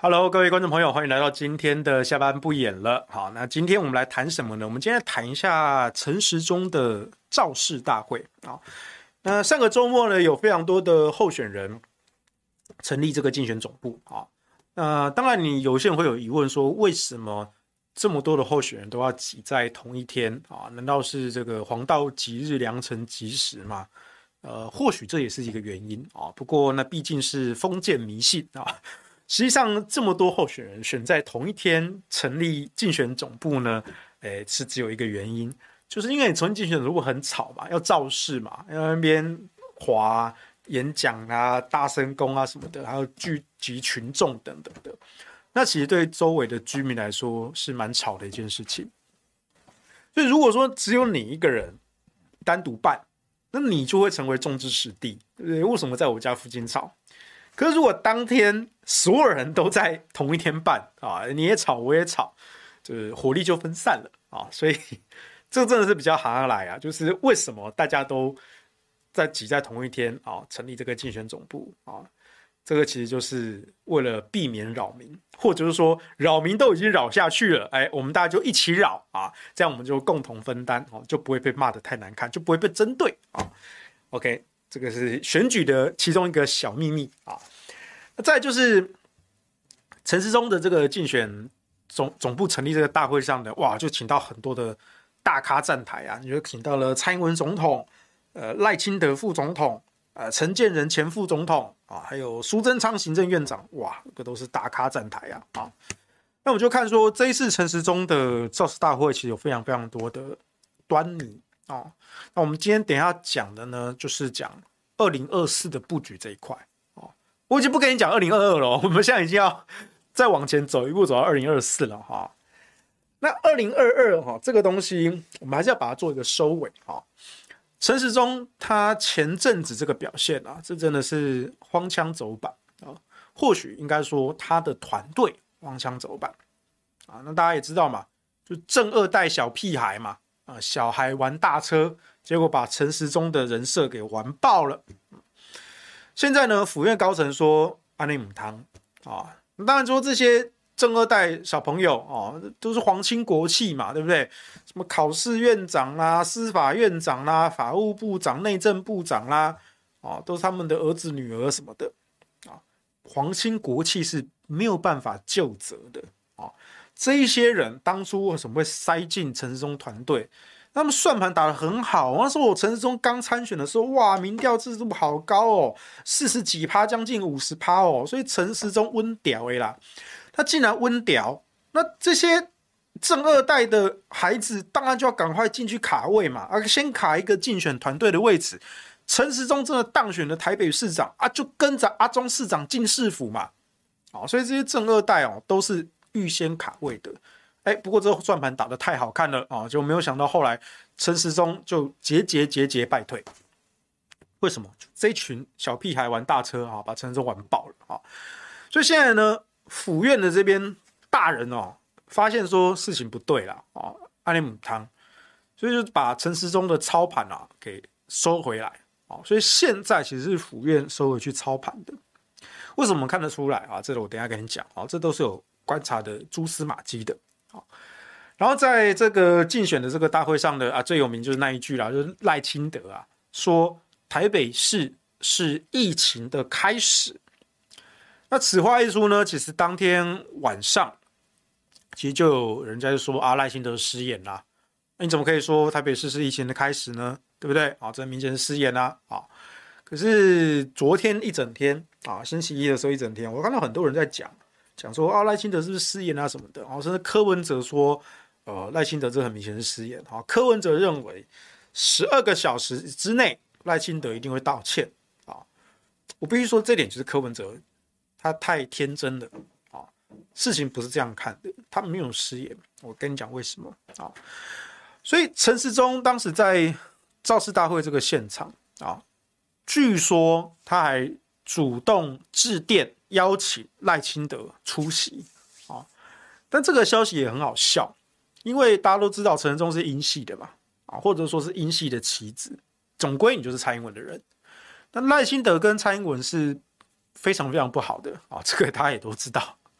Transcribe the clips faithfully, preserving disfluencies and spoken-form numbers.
Hello，各位观众朋友，欢迎来到今天的下班不演了。好，那今天我们来谈什么呢？我们今天来谈一下陈时中的造势大会啊。那上个周末呢，有非常多的候选人成立这个竞选总部啊。那当然，你有些人会有疑问说，为什么这么多的候选人都要挤在同一天啊？难道是这个黄道吉日良辰吉时吗？呃，或许这也是一个原因啊。不过那毕竟是封建迷信啊。实际上，这么多候选人选在同一天成立竞选总部呢，诶，是只有一个原因，就是因为你从竞选总部很吵嘛，要造势嘛，要那边滑演讲啊、大声公啊什么的，还有聚集群众等等的。那其实对周围的居民来说是蛮吵的一件事情。所以如果说只有你一个人单独办，那你就会成为众矢之的，对不对？为什么在我家附近吵？可是如果当天所有人都在同一天办啊，你也吵我也吵，就是火力就分散了啊，所以这真的是比较行来啊，就是为什么大家都在挤在同一天啊，成立这个竞选总部啊，这个其实就是为了避免扰民，或者是说扰民都已经扰下去了，哎，我们大家就一起扰啊，这样我们就共同分担，就不会被骂得太难看，就不会被针对啊。OK。这个是选举的其中一个小秘密啊。那再来就是陈时中的这个竞选 总, 总部成立这个大会上的，哇，就请到很多的大咖站台啊，你就请到了蔡英文总统、呃赖清德副总统、呃陈建仁前副总统啊，还有苏贞昌行政院长，哇，这个都是大咖站台啊啊。那我们就看说这一次陈时中的造势大会，其实有非常非常多的端倪。哦，那我们今天等一下讲的呢，就是讲二零二四的布局这一块。哦，我已经不跟你讲二零二二了，我们现在已经要再往前走一步，走到二零二四了哈。那二零二二哈这个东西，我们还是要把它做一个收尾哈。陈时中他前阵子这个表现啊，这真的是荒腔走板啊，或许应该说他的团队荒腔走板啊。那大家也知道嘛，就正二代小屁孩嘛。啊，小孩玩大车，结果把陈时中的人设给玩爆了。现在呢，府院高层说安内母汤啊，当然说这些正二代小朋友哦，都是皇亲国戚嘛，对不对？什么考试院长啦、司法院长啦、法务部长、内政部长啦，哦，都是他们的儿子女儿什么的啊。皇亲国戚是没有办法究责的啊。这一些人当初为什么会塞进陈时中团队？他们算盘打得很好。那时候我陈时中刚参选的时候，哇，民调支持度好高哦，四十几趴，将近五十趴哦。所以陈时中温屌哎啦，他竟然温屌，那这些正二代的孩子当然就要赶快进去卡位嘛，啊，先卡一个竞选团队的位置。陈时中真的当选了台北市长啊，就跟着阿中市长进市府嘛。哦，所以这些正二代哦，都是预先卡位的，哎，不过这算盘打得太好看了啊，就没有想到后来陈时中就节节节节败退。为什么？这一群小屁孩玩大车啊，把陈时中玩爆了啊！所以现在呢，府院的这边大人哦，发现说事情不对了啊，安利母汤，所以就把陈时中的操盘啊给收回来啊，所以现在其实是府院收回去操盘的。为什么看得出来啊？这个我等一下跟你讲啊，这都是有观察的蛛丝马迹的。然后在这个竞选的这个大会上的啊，最有名就是那一句啦，就是赖清德啊说台北市是疫情的开始。那此话一出呢，其实当天晚上，其实就有人家就说啊，赖清德失言啦，你怎么可以说台北市是疫情的开始呢？对不对？啊，这明显是失言啦啊。可是昨天一整天啊，星期一的时候一整天，我看到很多人在讲。讲说啊，赖清德是不是失言啊什么的，甚至柯文哲说，呃，赖清德这很明显是失言。柯文哲认为十二个小时之内赖清德一定会道歉啊。我必须说这点就是柯文哲他太天真了啊，事情不是这样看的，他没有失言。我跟你讲为什么啊？所以陈时中当时在造势大会这个现场啊，据说他还主动致电邀请赖清德出席啊，但这个消息也很好笑，因为大家都知道陈时中是英系的嘛，啊，或者说是英系的棋子，总归你就是蔡英文的人。那赖清德跟蔡英文是非常非常不好的啊，这个大家也都知道。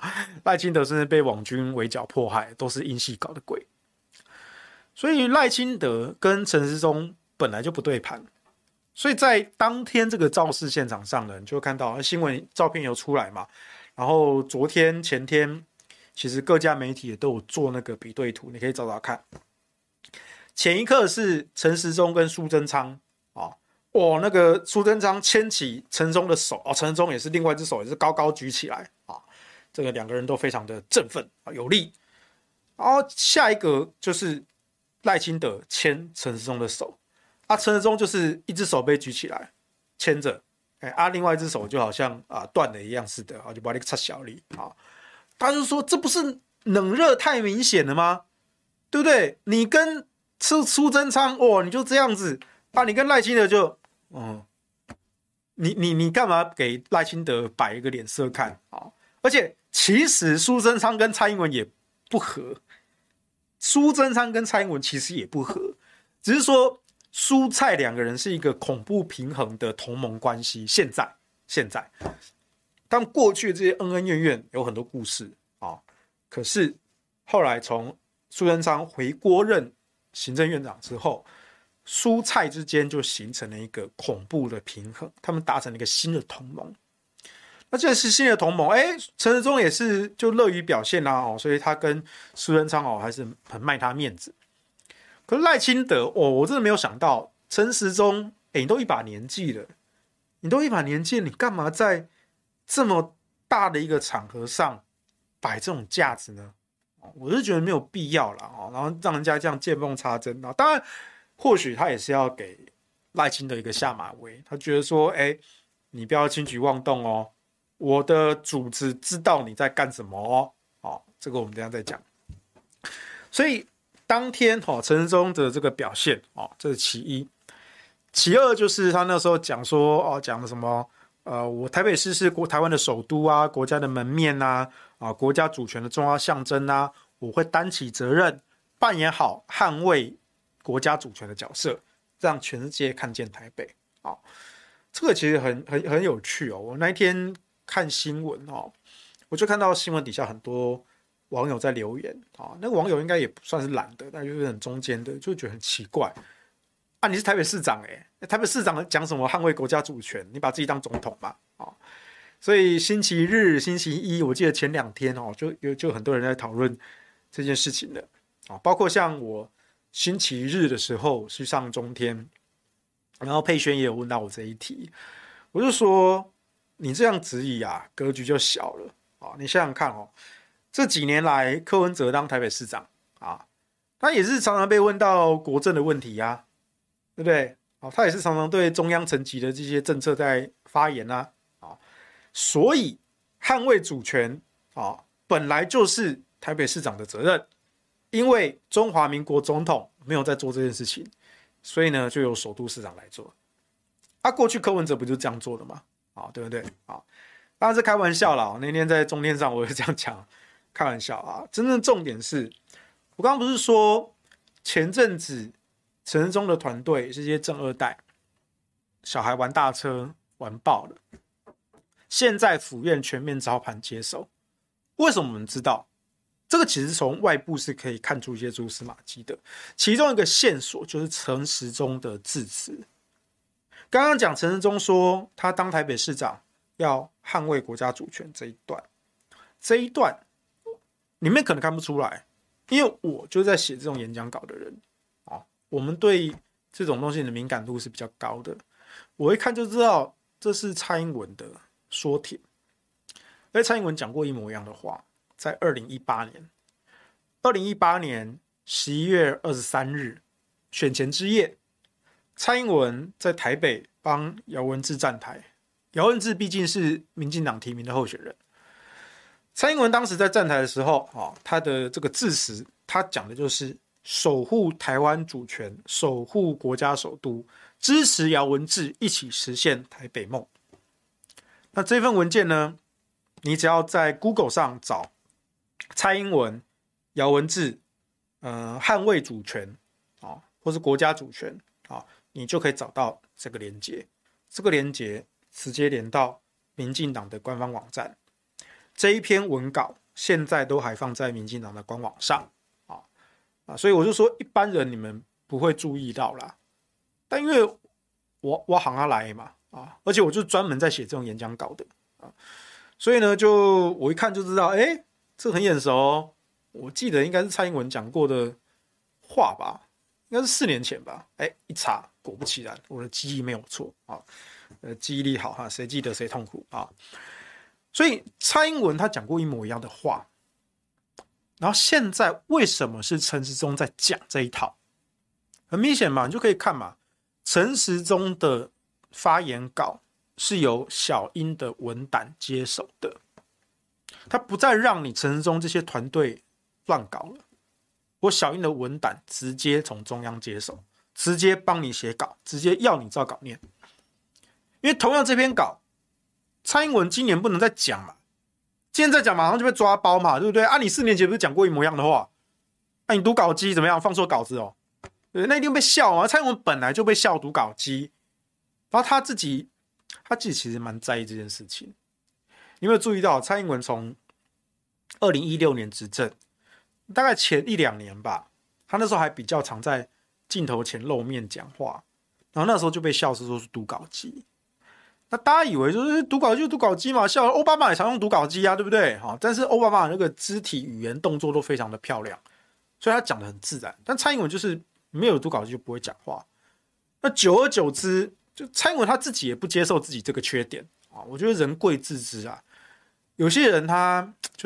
赖清德甚至被网军围剿迫害，都是英系搞的鬼。所以赖清德跟陈时中本来就不对盘，所以在当天这个造势现场上呢，你就会看到新闻照片有出来嘛。然后昨天前天，其实各家媒体也都有做那个比对图，你可以找找看。前一刻是陈时中跟苏贞昌啊，哦，那个苏贞昌牵起陈时中的手，哦，陈时中也是另外一只手也是高高举起来啊，这个两个人都非常的振奋啊，有力。然后下一个就是赖清德牵陈时中的手，啊，陈时中就是一只手被举起来牵着，哎，啊，另外一只手就好像啊断了一样似的，啊，就把那个插小里啊，他就说这不是冷热太明显了吗？对不对？你跟苏苏贞昌哦，你就这样子啊，你跟赖清德就嗯，你你你干嘛给赖清德摆一个脸色看啊？而且其实苏贞昌跟蔡英文也不合，苏贞昌跟蔡英文其实也不合，只是说苏蔡两个人是一个恐怖平衡的同盟关系。现在现在，但过去这些恩恩怨怨有很多故事啊。可是后来从苏贞昌回国任行政院长之后，苏蔡之间就形成了一个恐怖的平衡，他们达成了一个新的同盟。那这是新的同盟，哎，陈时中也是就乐于表现啦、哦，所以他跟苏贞昌哦还是很卖他面子。可是赖清德哦，我真的没有想到陈时中，哎，你都一把年纪了，你都一把年纪了，你干嘛在这么大的一个场合上摆这种架子呢？我是觉得没有必要啦，哦，然后让人家这样见缝插针啊。当然，或许他也是要给赖清德一个下马威，他觉得说，哎，你不要轻举妄动哦。我的主子知道你在干什么哦，哦，这个我们等一下再讲。所以当天哦，陈时中的这个表现哦，这是其一。其二就是他那时候讲说哦，讲的什么呃，我台北市是国台湾的首都啊，国家的门面啊，啊，国家主权的重要象征啊，我会担起责任，扮演好捍卫国家主权的角色，让全世界看见台北。哦，这个其实很很很有趣哦。我那一天看新闻哦，我就看到新闻底下很多网友在留言啊，那个网友应该也不算是懒的，但就是很中间的，就觉得很奇怪啊，你是台北市长哎、欸，台北市长讲什么捍卫国家主权？你把自己当总统嘛啊？所以星期日、星期一，我记得前两天哦，就有就很多人在讨论这件事情的啊，包括像我星期日的时候去上中天，然后佩轩也有问到我这一题，我就说。你这样质疑啊，格局就小了啊！你想想看哦，这几年来柯文哲当台北市长啊，他也是常常被问到国政的问题啊，对不对？啊，他也是常常对中央层级的这些政策在发言啊，啊，所以捍卫主权啊，本来就是台北市长的责任，因为中华民国总统没有在做这件事情，所以呢，就由首都市长来做。啊，过去柯文哲不就这样做的吗？啊，对不对？啊，当然是开玩笑啦。那天在中天上我也这样讲，开玩笑啊。真正重点是，我刚刚不是说前阵子陈时中的团队是些正二代，小孩玩大车玩爆了，现在府院全面操盘接手。为什么我们知道？这个其实从外部是可以看出一些蛛丝马迹的。其中一个线索就是陈时中的致辞。刚刚讲陈时中说他当台北市长要捍卫国家主权这一段，这一段你们可能看不出来，因为我就在写这种演讲稿的人啊，我们对这种东西的敏感度是比较高的，我一看就知道这是蔡英文的说帖，而蔡英文讲过一模一样的话，在二零一八年，二零一八年十一月二十三日选前之夜。蔡英文在台北帮姚文智站台，姚文智毕竟是民进党提名的候选人。蔡英文当时在站台的时候，哦，他的这个致辞，他讲的就是守护台湾主权，守护国家首都，支持姚文智一起实现台北梦。那这份文件呢，你只要在 Google 上找蔡英文、姚文智，呃，捍卫主权，哦，或是国家主权，哦，你就可以找到这个连结，这个连结直接连到民进党的官方网站。 这一篇文稿现在都还放在民进党的官网上啊啊，所以我就说一般人你们不会注意到啦，但因为我我行他来嘛啊，而且我就专门在写这种演讲稿的啊，所以呢，就我一看就知道，哎，这很眼熟哦，我记得应该是蔡英文讲过的话吧。应该是四年前吧，哎，一查，果不其然，我的记忆没有错啊，呃，记忆力好哈，谁记得谁痛苦啊。所以蔡英文他讲过一模一样的话，然后现在为什么是陈时中在讲这一套？很明显嘛，你就可以看嘛，陈时中的发言稿是由小英的文胆接手的，他不再让你陈时中这些团队乱搞了。我小英的文胆直接从中央接手，直接帮你写稿，直接要你照稿念。因为同样这篇稿，蔡英文今年不能再讲嘛，今天再讲马上就被抓包嘛，对不对？啊，你四年前不是讲过一模一样的话？啊，你读稿机怎么样？放错稿子哦，对，那一定被笑啊！蔡英文本来就被笑读稿机，然后他自己，他自己其实蛮在意这件事情。你有没有注意到，蔡英文从二零一六年执政？大概前一两年吧，他那时候还比较常在镜头前露面讲话，然后那时候就被笑是说是读稿机。那大家以为就是读稿机就读稿机嘛，笑奥巴马也常用读稿机啊，对不对？好，但是奥巴马那个肢体语言动作都非常的漂亮，所以他讲的很自然。但蔡英文就是没有读稿机就不会讲话。那久而久之，就蔡英文他自己也不接受自己这个缺点啊。我觉得人贵自知啊，有些人他就是。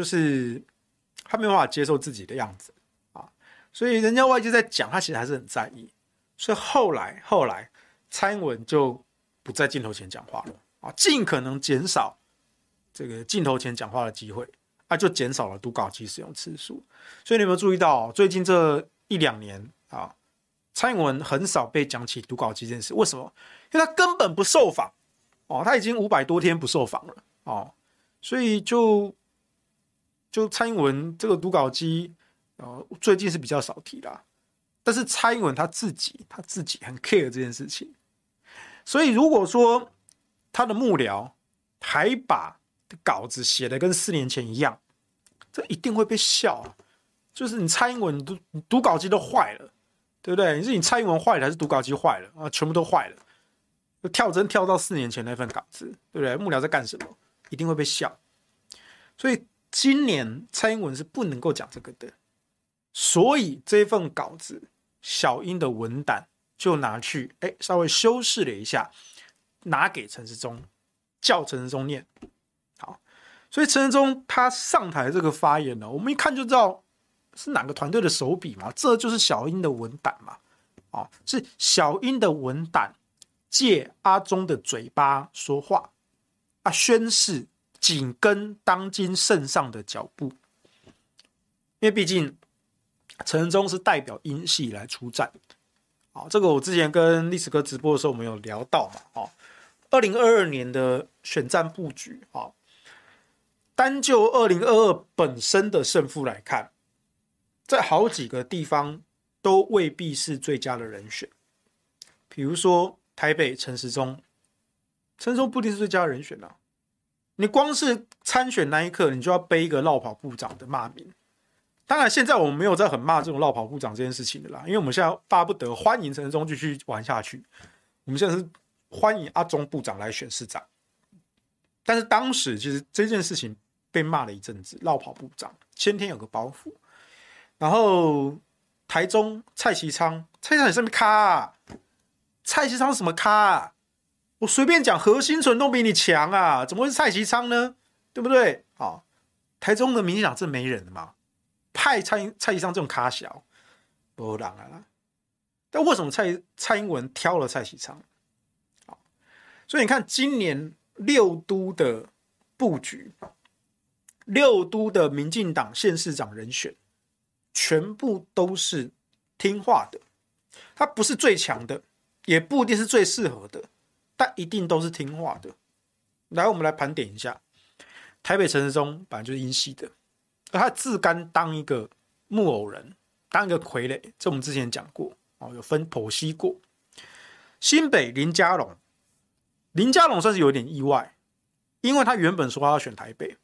他没有办法接受自己的样子啊，所以人家外界在讲，他其实还是很在意。所以后来后来，蔡英文就不在镜头前讲话了啊，尽可能减少这个镜头前讲话的机会，啊，就减少了读稿机使用次数。所以你有没有注意到，最近这一两年啊，蔡英文很少被讲起读稿机这件事？为什么？因为他根本不受访哦，他已经五百多天不受访了哦，所以就。就蔡英文这个读稿机，呃，最近是比较少提啦。但是蔡英文他自己，他自己很 care 这件事情。所以如果说他的幕僚还把稿子写的跟四年前一样，这一定会被笑啊。就是你蔡英文读读稿机都坏了，对不对？你是你蔡英文坏了，还是读稿机坏了啊？全部都坏了，就跳针跳到四年前那份稿子，对不对？幕僚在干什么？一定会被笑。所以。今年蔡英文是不能够讲这个的，所以这份稿子小英的文胆就拿去哎稍微修饰了一下，拿给陈时中，叫陈时中念。好，所以陈时中他上台这个发言呢，我们一看就知道是哪个团队的手笔嘛，这就是小英的文胆嘛，哦，是小英的文胆借阿中的嘴巴说话啊，宣示。紧跟当今圣上的脚步，因为毕竟陈时中是代表英系来出战，好，这个我之前跟历史哥直播的时候我们有聊到嘛，哦，二零二二年的选战布局，哦，单就二零二二本身的胜负来看，在好几个地方都未必是最佳的人选，比如说台北陈时中，陈时中不一定是最佳的人选啊。你光是参选那一刻，你就要背一个落跑部长的骂名。当然，现在我们没有在很骂这种落跑部长这件事情的啦，因为我们现在巴不得欢迎陈时中继续玩下去。我们现在是欢迎阿中部长来选市长，但是当时其实这件事情被骂了一阵子，落跑部长先天有个包袱。然后台中蔡其昌，蔡其昌你上面咖啊？蔡其昌是什么咖啊？我随便讲何新存都比你强啊，怎么会是蔡其昌呢？对不对？好，台中的民进党这没人嘛，派蔡蔡其昌这种咖小，没人啊。但为什么蔡蔡英文挑了蔡其昌？好，所以你看今年六都的布局，六都的民进党县市长人选，全部都是听话的，他不是最强的，也不一定是最适合的。但一定都是听话的。来，我们来盘点一下，台北陈时中本来就是英系的，而他自甘当一个木偶人，当一个傀儡，这我们之前讲过，哦，有分剖析过。新北林佳龙，林佳龙算是有点意外，因为他原本说他要选台北，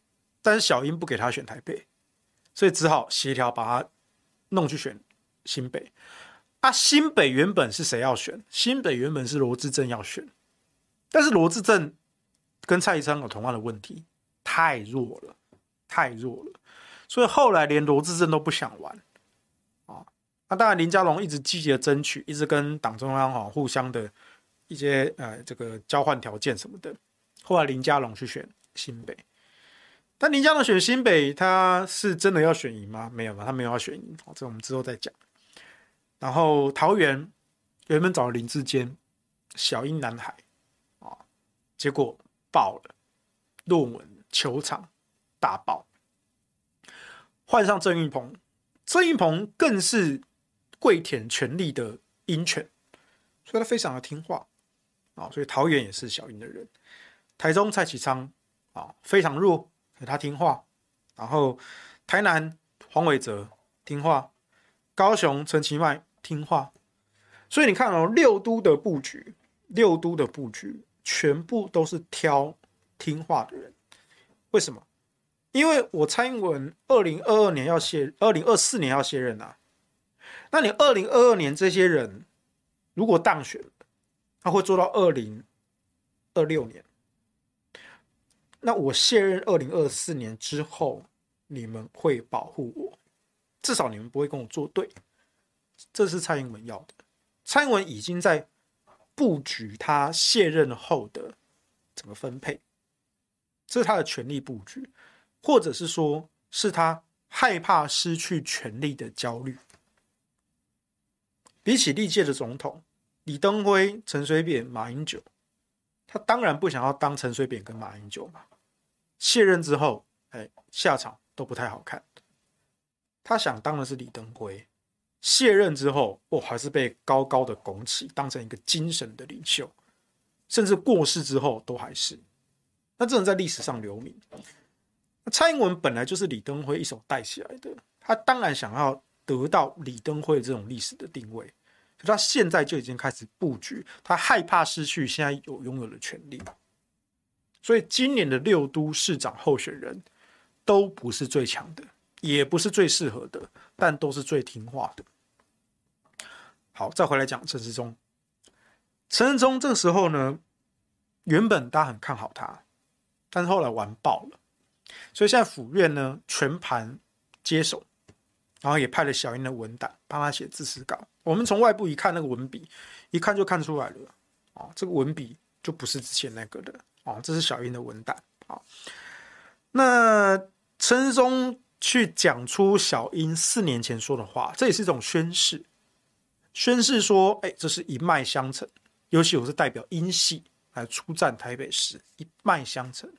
但是小英不给他选台北，所以只好协调把他弄去选新北。啊，新北原本是谁要选？新北原本是罗致政要选，但是罗致政跟蔡宜昌有同样的问题，太弱了，太弱了，所以后来连罗致政都不想玩啊。那当然，林佳龙一直积极的争取，一直跟党中央哈互相的一些呃这个交换条件什么的。后来林佳龙去选新北，但林佳龙选新北，他是真的要选赢吗？没有吧，他没有要选赢，这我们之后再讲。然后桃园原本找林智坚，小英男孩啊，结果爆了，论文球场大爆，换上郑运鹏，郑运鹏更是跪舔权力的鹰犬，所以他非常的听话啊，所以桃园也是小英的人。台中蔡启昌啊非常弱，可他听话，然后台南黄伟哲听话，高雄陈其迈听话，所以你看哦，六都的布局，六都的布局全部都是挑听话的人。为什么？因为我蔡英文二零二二年要卸，二零二四年要卸任啊。那你二零二二年这些人如果当选，他会做到二零二六年。那我卸任二零二四年之后，你们会保护我，至少你们不会跟我作对。这是蔡英文要的。蔡英文已经在布局他卸任后的整个分配，这是他的权力布局，或者是说是他害怕失去权力的焦虑。比起历届的总统李登辉、陈水扁、马英九，他当然不想要当陈水扁跟马英九嘛。卸任之后，哎，下场都不太好看。他想当的是李登辉，卸任之后，哦，还是被高高的拱起，当成一个精神的领袖，甚至过世之后都还是。那这人在历史上留名。蔡英文本来就是李登辉一手带起来的，他当然想要得到李登辉的这种历史的定位，所以他现在就已经开始布局，他害怕失去现在有拥有的权利。所以今年的六都市长候选人都不是最强的，也不是最适合的，但都是最听话的。好，再回来讲陈时中。陈时中这个时候呢，原本大家很看好他，但是后来完爆了，所以现在府院呢全盘接手，然后也派了小英的文胆帮他写致辞稿。我们从外部一看那个文笔，一看就看出来了，哦，这个文笔就不是之前那个的。哦，这是小英的文档。好，那陈时中去讲出小英四年前说的话，这也是一种宣示，宣示说，哎，这是一脉相承。尤其我是代表英系来出战台北市，一脉相承。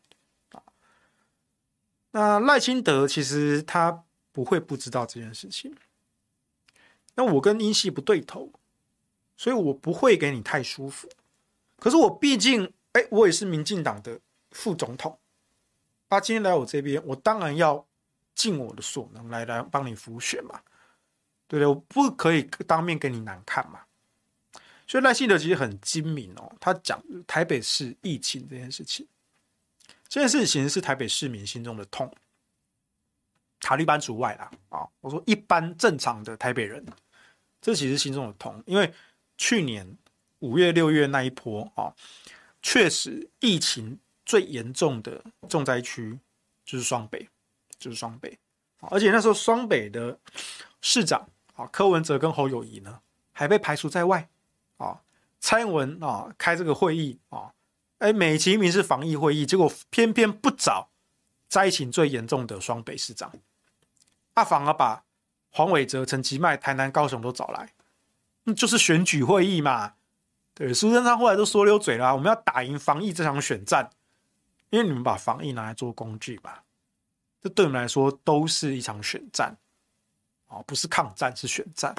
那赖清德其实他不会不知道这件事情。那我跟英系不对头，所以我不会给你太舒服。可是我毕竟。哎，我也是民进党的副总统，他今天来我这边，我当然要尽我的所能来来帮你辅选嘛，对不对？我不可以当面给你难看嘛。所以赖清德其实很精明哦，他讲台北市疫情这件事情，这件事情是台北市民心中的痛，塔利班除外啦啊！我说一般正常的台北人，这其实心中的痛，因为去年五月、六月那一波啊。确实，疫情最严重的重灾区就是双北，就是双北，而且那时候双北的市长啊柯文哲跟侯友宜呢，还被排除在外啊。蔡英文啊开这个会议啊，哎，美其名是防疫会议，结果偏偏不找灾情最严重的双北市长，啊，反而把黄伟哲、陈其迈、台南、高雄都找来，那就是选举会议嘛。对，苏贞昌后来都说溜嘴啦，我们要打赢防疫这场选战，因为你们把防疫拿来做工具嘛，这对我们来说都是一场选战，不是抗战，是选战。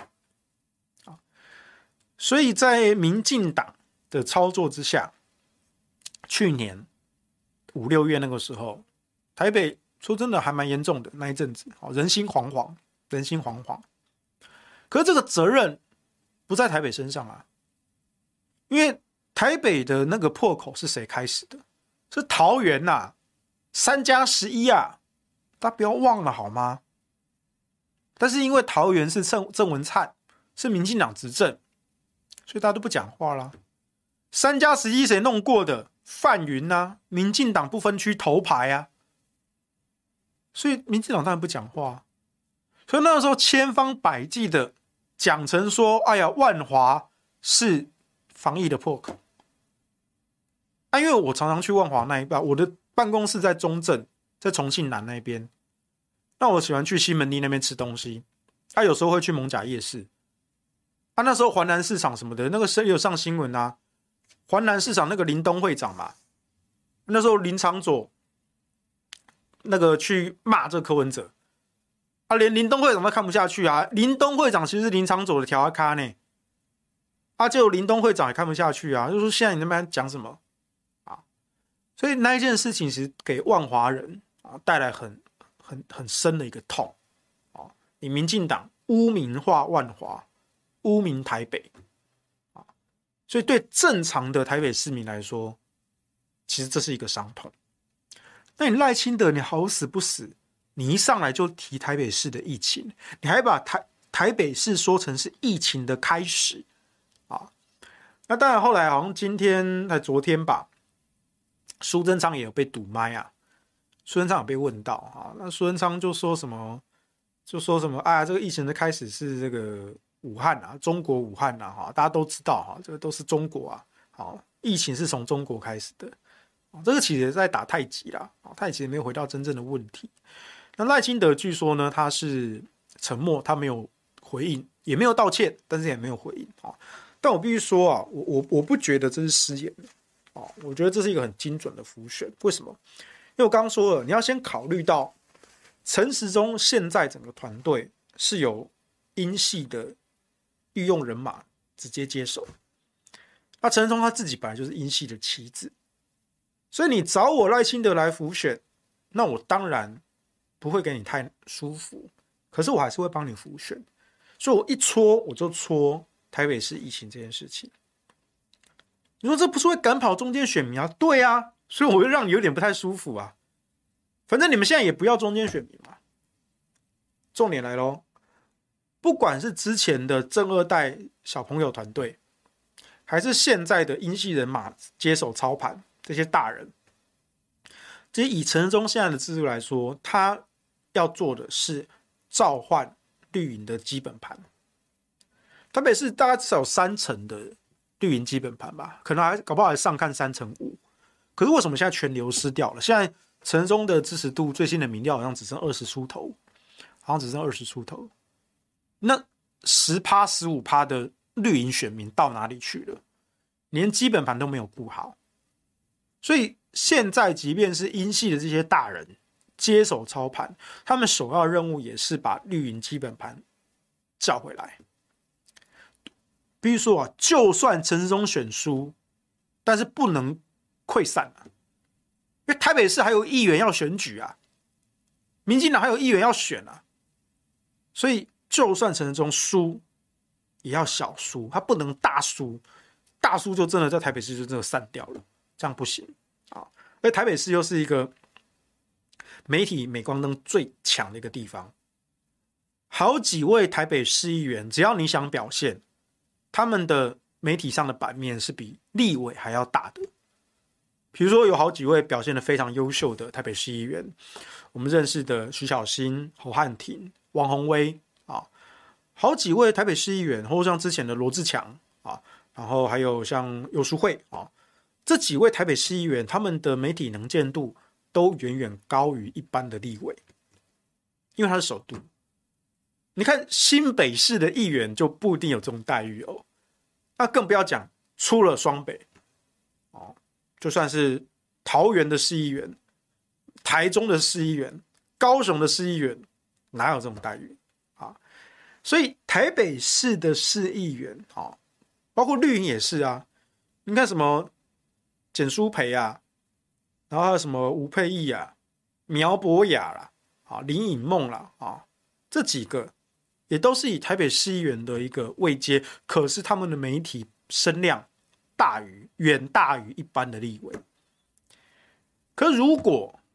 所以在民进党的操作之下，去年五六月那个时候，台北说真的还蛮严重的那一阵子，人心惶惶，人心惶惶。可是这个责任不在台北身上啊。因为台北的那个破口是谁开始的？是桃园呐、啊，三加十一啊， 大家不要忘了好吗？但是因为桃园是郑郑文灿，是民进党执政，所以大家都不讲话啦。三加十一谁弄过的？范云啊，民进党不分区头牌啊，所以民进党当然不讲话、啊。所以那个时候千方百计的讲成说，哎呀，万华是防疫的破口。啊，因为我常常去万华那一边，我的办公室在中正，在重庆南那边。那我喜欢去西门町那边吃东西，他、啊、有时候会去艋舺夜市。啊，那时候环南市场什么的，那个有上新闻啊。环南市场那个林东会长嘛，那时候林长佐那个去骂这柯文哲，啊，连林东会长都看不下去啊。林东会长其实是林长佐的条阿咖呢，啊，结果林东会长也看不下去啊，就说现在你那边讲什么啊？所以那一件事情是给万华人啊带来很很很深的一个痛啊。你民进党污名化万华，污名台北。所以对正常的台北市民来说，其实这是一个伤痛。那你赖清德，你好死不死，你一上来就提台北市的疫情，你还把台台北市说成是疫情的开始啊？那当然，后来好像今天还昨天吧，苏贞昌也有被堵麦啊。苏贞昌有被问到啊，那苏贞昌就说什么，就说什么啊，这个疫情的开始是这个。武汉啊，中国武汉啊，哈，大家都知道哈，这个都是中国啊，好，疫情是从中国开始的，这个其实在打太极啦，他也其实没有回到真正的问题。那赖清德据说呢，他是沉默，他没有回应，也没有道歉，但是也没有回应啊。但我必须说啊，我我我不觉得这是失言啊，我觉得这是一个很精准的浮选。为什么？因为我刚刚说了，你要先考虑到陈时中现在整个团队是有英系的。御用人马直接接手，那陈时中他自己本来就是英系的棋子，所以你找我赖清德来辅选，那我当然不会给你太舒服，可是我还是会帮你辅选，所以我一戳我就戳台北市疫情这件事情。你说这不是会赶跑中间选民啊？对啊，所以我会让你有点不太舒服啊。反正你们现在也不要中间选民嘛。重点来咯，不管是之前的正二代小朋友团队，还是现在的英系人马接手操盘，这些大人，其实以陈时中现在的制度来说，他要做的是召唤绿营的基本盘。台北市大概至少有三成的绿营基本盘吧，可能还搞不好还上看三成五。可是为什么现在全流失掉了？现在陈时中的支持度最新的民调好像只剩二十出头，好像只剩二十出头。那 百分之十、百分之十五 的绿营选民到哪里去了？连基本盘都没有顾好。所以现在即便是英系的这些大人接手操盘，他们首要任务也是把绿营基本盘叫回来。比如说啊，就算陈时中选输，但是不能溃散啊，因为台北市还有议员要选举啊，民进党还有议员要选啊，所以就算陈时中输，也要小输，他不能大输，大输就真的在台北市就真的散掉了，这样不行啊。而台北市又是一个媒体镁光灯最强的一个地方，好几位台北市议员，只要你想表现，他们的媒体上的版面是比立委还要大的。比如说有好几位表现得非常优秀的台北市议员，我们认识的徐小新、侯汉廷、王宏威啊，好几位台北市议员，或像之前的罗志强啊，然后还有像游淑慧啊，这几位台北市议员，他们的媒体能见度都远远高于一般的立委，因为他是首都。你看新北市的议员就不一定有这种待遇哦，那更不要讲出了双北哦，就算是桃园的市议员、台中的市议员、高雄的市议员，哪有这种待遇啊？所以台北市的市议员啊，包括绿营也是啊。你看什么简舒培啊，然后还有什么吴佩益啊、苗博雅啦、啊林颖梦啦啊，这几个也都是以台北市议员的一个位阶，可是他们的媒体声量大于远大于一般的立委。可如果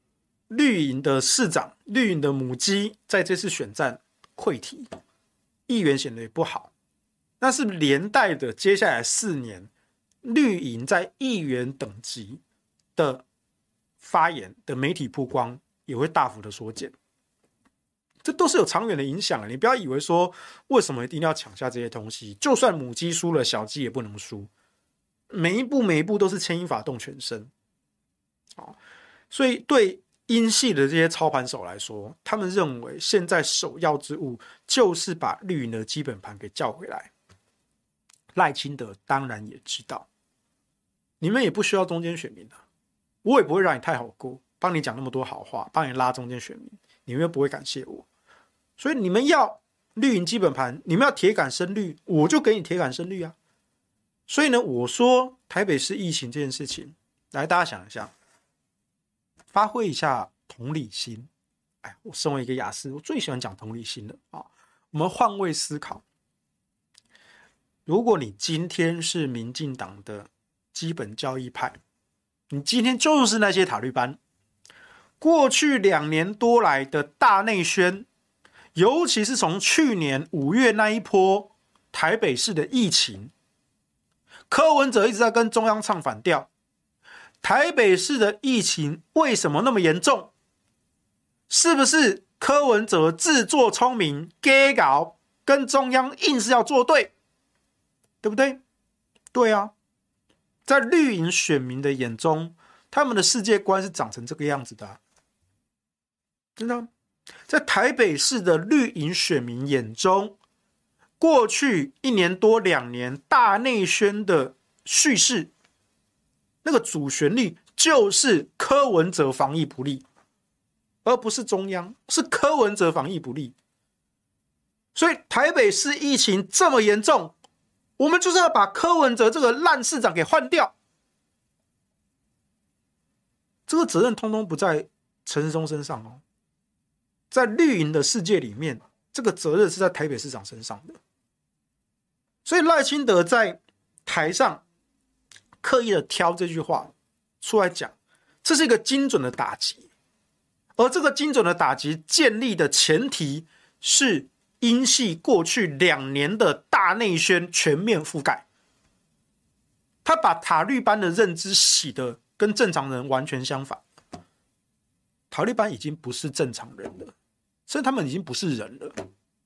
绿营的市长、绿营的母鸡在这次选战溃堤，议员选的也不好，那是连带的接下来四年绿营在议员等级的发言的媒体曝光也会大幅的缩减，这都是有长远的影响的。你不要以为说为什么一定要抢下这些东西，就算母鸡输了，小鸡也不能输，每一步每一步都是牵一发动全身。所以对英系的这些操盘手来说，他们认为现在首要之务就是把绿营的基本盘给叫回来。赖清德当然也知道，你们也不需要中间选民的，我也不会让你太好过，帮你讲那么多好话，帮你拉中间选民，你们又不会感谢我。所以你们要绿营基本盘，你们要铁杆深绿，我就给你铁杆深绿啊。所以呢，我说台北市疫情这件事情，来大家想一下，发挥一下同理心。哎，我身为一个亚斯，我最喜欢讲同理心了啊。我们换位思考，如果你今天是民进党的基本教义派，你今天就是那些塔利班，过去两年多来的大内宣，尤其是从去年五月那一波台北市的疫情，柯文哲一直在跟中央唱反调。台北市的疫情为什么那么严重？是不是柯文哲自作聪明，假搞，跟中央硬是要作对？对不对？对啊，在绿营选民的眼中，他们的世界观是长成这个样子的啊，真的。在台北市的绿营选民眼中，过去一年多两年大内宣的叙事，那个主旋律就是柯文哲防疫不力，而不是中央，是柯文哲防疫不力。所以台北市疫情这么严重，我们就是要把柯文哲这个烂市长给换掉。这个责任通通不在陈时中身上哦，在绿营的世界里面，这个责任是在台北市长身上的。所以赖清德在台上刻意的挑这句话出来讲，这是一个精准的打击，而这个精准的打击建立的前提是英系过去两年的大内宣全面覆盖，他把塔利班的认知洗得跟正常人完全相反，塔利班已经不是正常人了，甚至他们已经不是人了。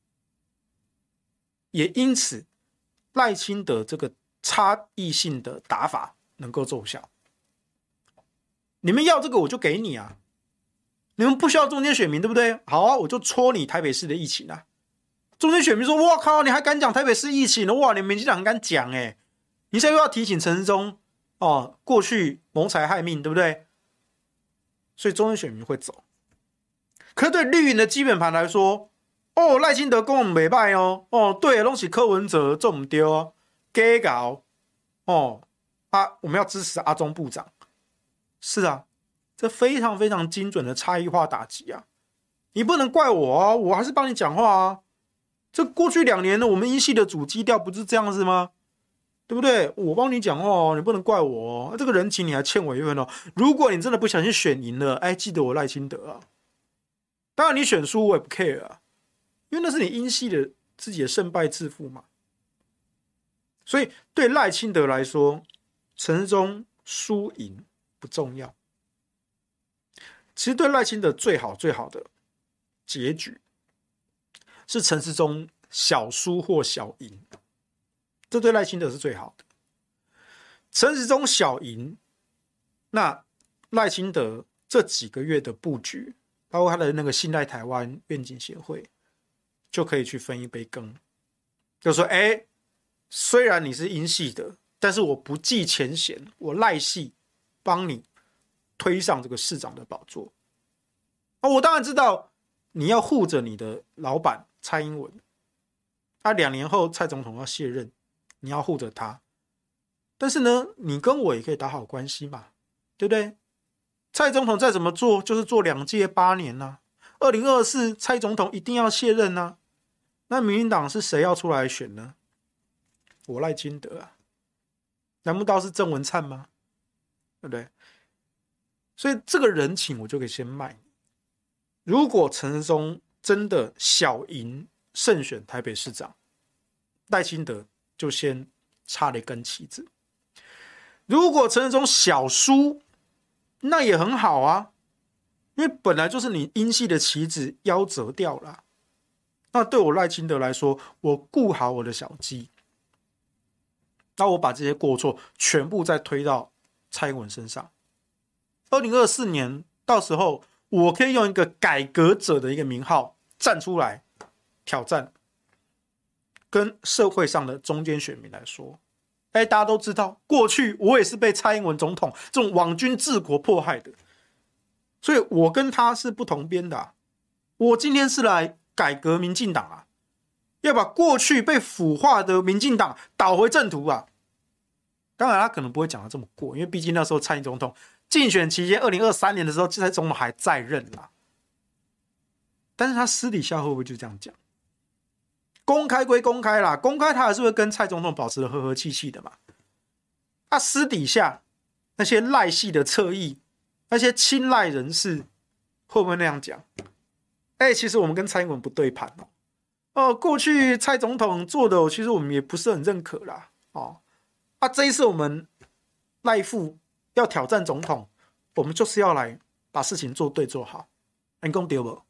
也因此赖清德这个差异性的打法能够奏效。你们要这个我就给你啊，你们不需要中间选民对不对？好啊，我就戳你台北市的疫情啊。中间选民说哇靠，你还敢讲台北市疫情呢？哇，你们民进党很敢讲哎。你现在又要提醒陈时中哦，过去谋财害命对不对？所以中间选民会走。可是对绿营的基本盘来说，哦，赖清德跟我们没败哦，哦，对，都是柯文哲做唔丢哦，假搞哦啊，我们要支持阿中部长。是啊，这非常非常精准的差异化打击啊！你不能怪我啊，我还是帮你讲话啊。这过去两年呢，我们英系的主基调不是这样子吗？对不对？我帮你讲话哦，你不能怪我哦，这个人情你还欠我一份哦。如果你真的不小心选赢了，哎，记得我赖清德啊。当然你选输我也不 care 啊，因为那是你英系的自己的胜败自负嘛。所以对赖清德来说，陈时中输赢不重要。其实对赖清德最好最好的结局是陈时中小输或小赢，这对赖清德是最好的。陈时中小赢，那赖清德这几个月的布局，包括他的那个信赖台湾愿景协会，就可以去分一杯羹，就说哎，虽然你是英系的，但是我不计前嫌，我赖系帮你推上这个市长的宝座。啊，我当然知道你要护着你的老板蔡英文，啊，两年后蔡总统要卸任，你要护着他。但是呢，你跟我也可以打好关系嘛，对不对？蔡总统再怎么做，就是做两届八年啊。二零二四蔡总统一定要卸任啊。那民进党是谁要出来选呢？我赖清德啊，难不到是郑文灿吗？对不对？所以这个人情我就可以先卖你。 如果陈时中真的小赢胜选台北市长，赖清德就先插了一根旗子；如果陈时中小输，那也很好啊，因为本来就是你英系的旗子夭折掉了。那对我赖清德来说，我顾好我的小鸡，那我把这些过错全部再推到蔡英文身上。二零二四年到时候，我可以用一个改革者的一个名号站出来挑战，跟社会上的中间选民来说，哎，大家都知道，过去我也是被蔡英文总统这种网军治国迫害的，所以我跟他是不同边的啊。我今天是来改革民进党啊，要把过去被腐化的民进党导回正途啊。当然他可能不会讲得这么过，因为毕竟那时候蔡英文总统竞选期间二零二三年的时候，蔡总统还在任啦。但是他私底下会不会就这样讲？公开归公开啦，公开他还是会跟蔡总统保持的和和气气的嘛。他私底下那些赖系的侧翼，那些亲赖人士会不会那样讲？哎、欸，其实我们跟蔡英文不对盘哦。哦，过去蔡总统做的，其实我们也不是很认可啦。哦，啊，这一次我们赖副要挑战总统，我们就是要来把事情做对做好。你讲对不？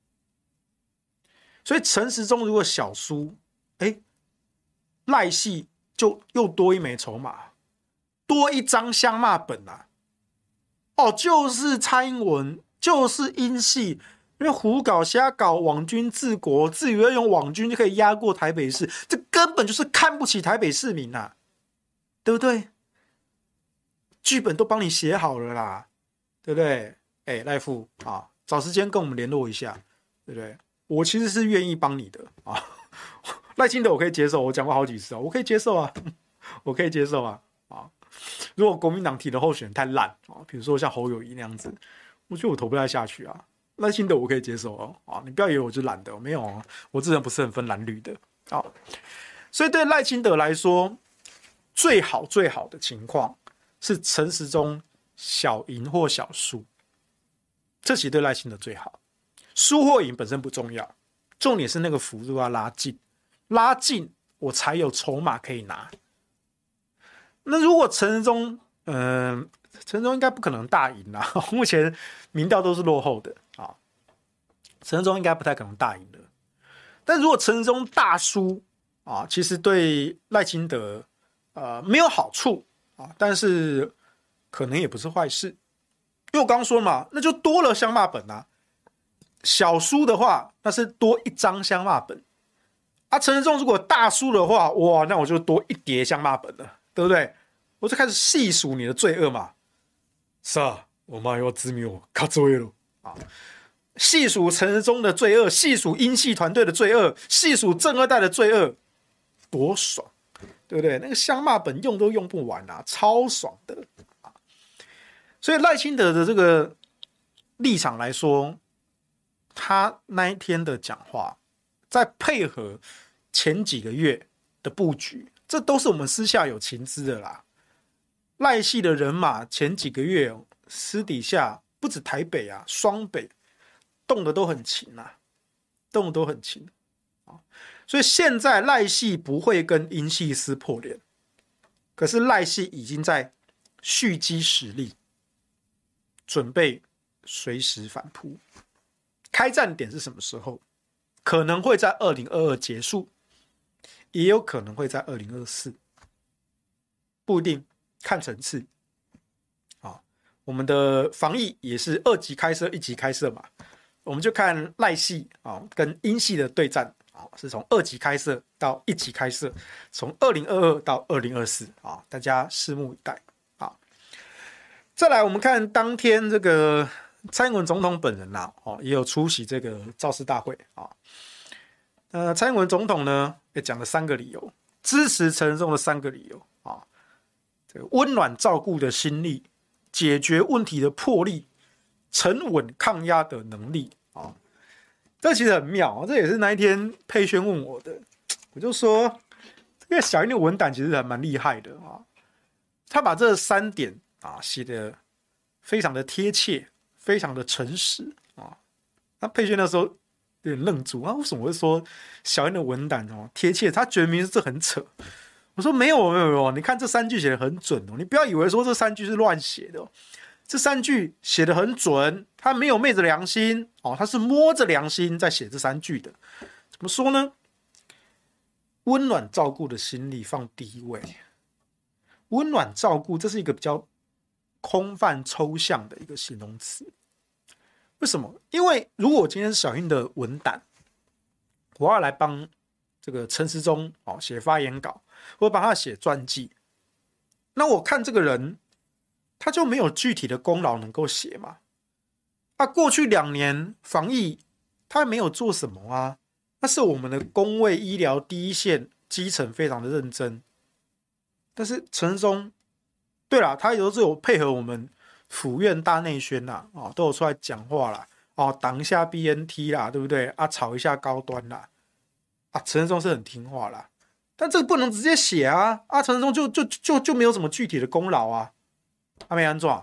所以陈时中如果小输，哎，赖系就又多一枚筹码，多一张香骂本啊！哦，就是蔡英文，就是英系。因为胡搞瞎搞，网军治国，自以为用网军就可以压过台北市，这根本就是看不起台北市民啊，对不对？剧本都帮你写好了啦，对不对？哎，赖副啊，找时间跟我们联络一下，对不对？我其实是愿意帮你的啊，赖清德我可以接受，我讲过好几次啊，我可以接受啊，我可以接受啊啊！如果国民党提的候选人太烂啊，比如说像侯友宜那样子，我觉得我投不太下去啊。赖清德我可以接受哦，啊，你不要以为我就懒的，没有哦，我这人不是很分蓝绿的，啊，所以对赖清德来说，最好最好的情况是陈时中小赢或小输，这其实对赖清德最好，输或赢本身不重要，重点是那个幅度要拉近，拉近我才有筹码可以拿。那如果陈时中，嗯、呃。陈时中应该不可能大赢啦，目前民调都是落后的啊。陈时中应该不太可能大赢的，但如果陈时中大输啊，其实对赖清德呃没有好处啊，但是可能也不是坏事，因为我刚刚说嘛，那就多了香骂本啊。小输的话，那是多一张香骂本啊。陈时中如果大输的话，哇，那我就多一叠香骂本了，对不对？我就开始细数你的罪恶嘛。是啊，我妈要指名我卡罪了啊！细数陈时中的罪恶，细数英系团队的罪恶，细数正二代的罪恶，多爽，对不对？那个香骂本用都用不完啊，超爽的啊！所以赖清德的这个立场来说，他那一天的讲话，再配合前几个月的布局，这都是我们私下有情资的啦。赖系的人马前几个月私底下不止台北啊，双北动的都很勤啊，动的都很勤啊。所以现在赖系不会跟英系撕破脸，可是赖系已经在蓄积实力，准备随时反扑。开战点是什么时候？可能会在二零二二结束，也有可能会在二零二四，不一定。看层次，啊，我们的防疫也是二级开设、一级开设嘛，我们就看赖系啊跟英系的对战啊，是从二级开设到一级开设，从二零二二到二零二四啊，大家拭目以待啊。再来，我们看当天这个蔡英文总统本人啦，哦，也有出席这个造势大会啊。呃，蔡英文总统呢也讲了三个理由，支持陈时中的三个理由啊。这个温暖照顾的心力，解决问题的魄力，沉稳抗压的能力啊，这其实很妙，这也是那一天佩轩问我的，我就说这个小英的文胆其实还蛮厉害的啊，他把这三点啊写得非常的贴切，非常的诚实啊， 那佩轩那时候有点愣住啊，为什么会说小英的文胆哦贴切？他觉得明明这很扯。我说没有没有没有，你看这三句写的很准哦，你不要以为说这三句是乱写的、哦，这三句写的很准，他没有昧着良心哦，他是摸着良心在写这三句的。怎么说呢？温暖照顾的心力放第一位，温暖照顾这是一个比较空泛抽象的一个形容词。为什么？因为如果我今天是小英的文胆，我要来帮这个陈时中哦写发言稿，或帮他写传记，那我看这个人，他就没有具体的功劳能够写嘛。啊，过去两年防疫，他没有做什么啊？那是我们的公卫医疗第一线基层非常的认真，但是陈时中，对啦，他有时候有配合我们府院大内宣啦，哦，都有出来讲话啦，哦，挡一下 B N T 啦，对不对？啊，炒一下高端啦，啊，陈时中是很听话啦，但这个不能直接写啊，啊，陈时中就就就就没有什么具体的功劳啊，阿没安怎？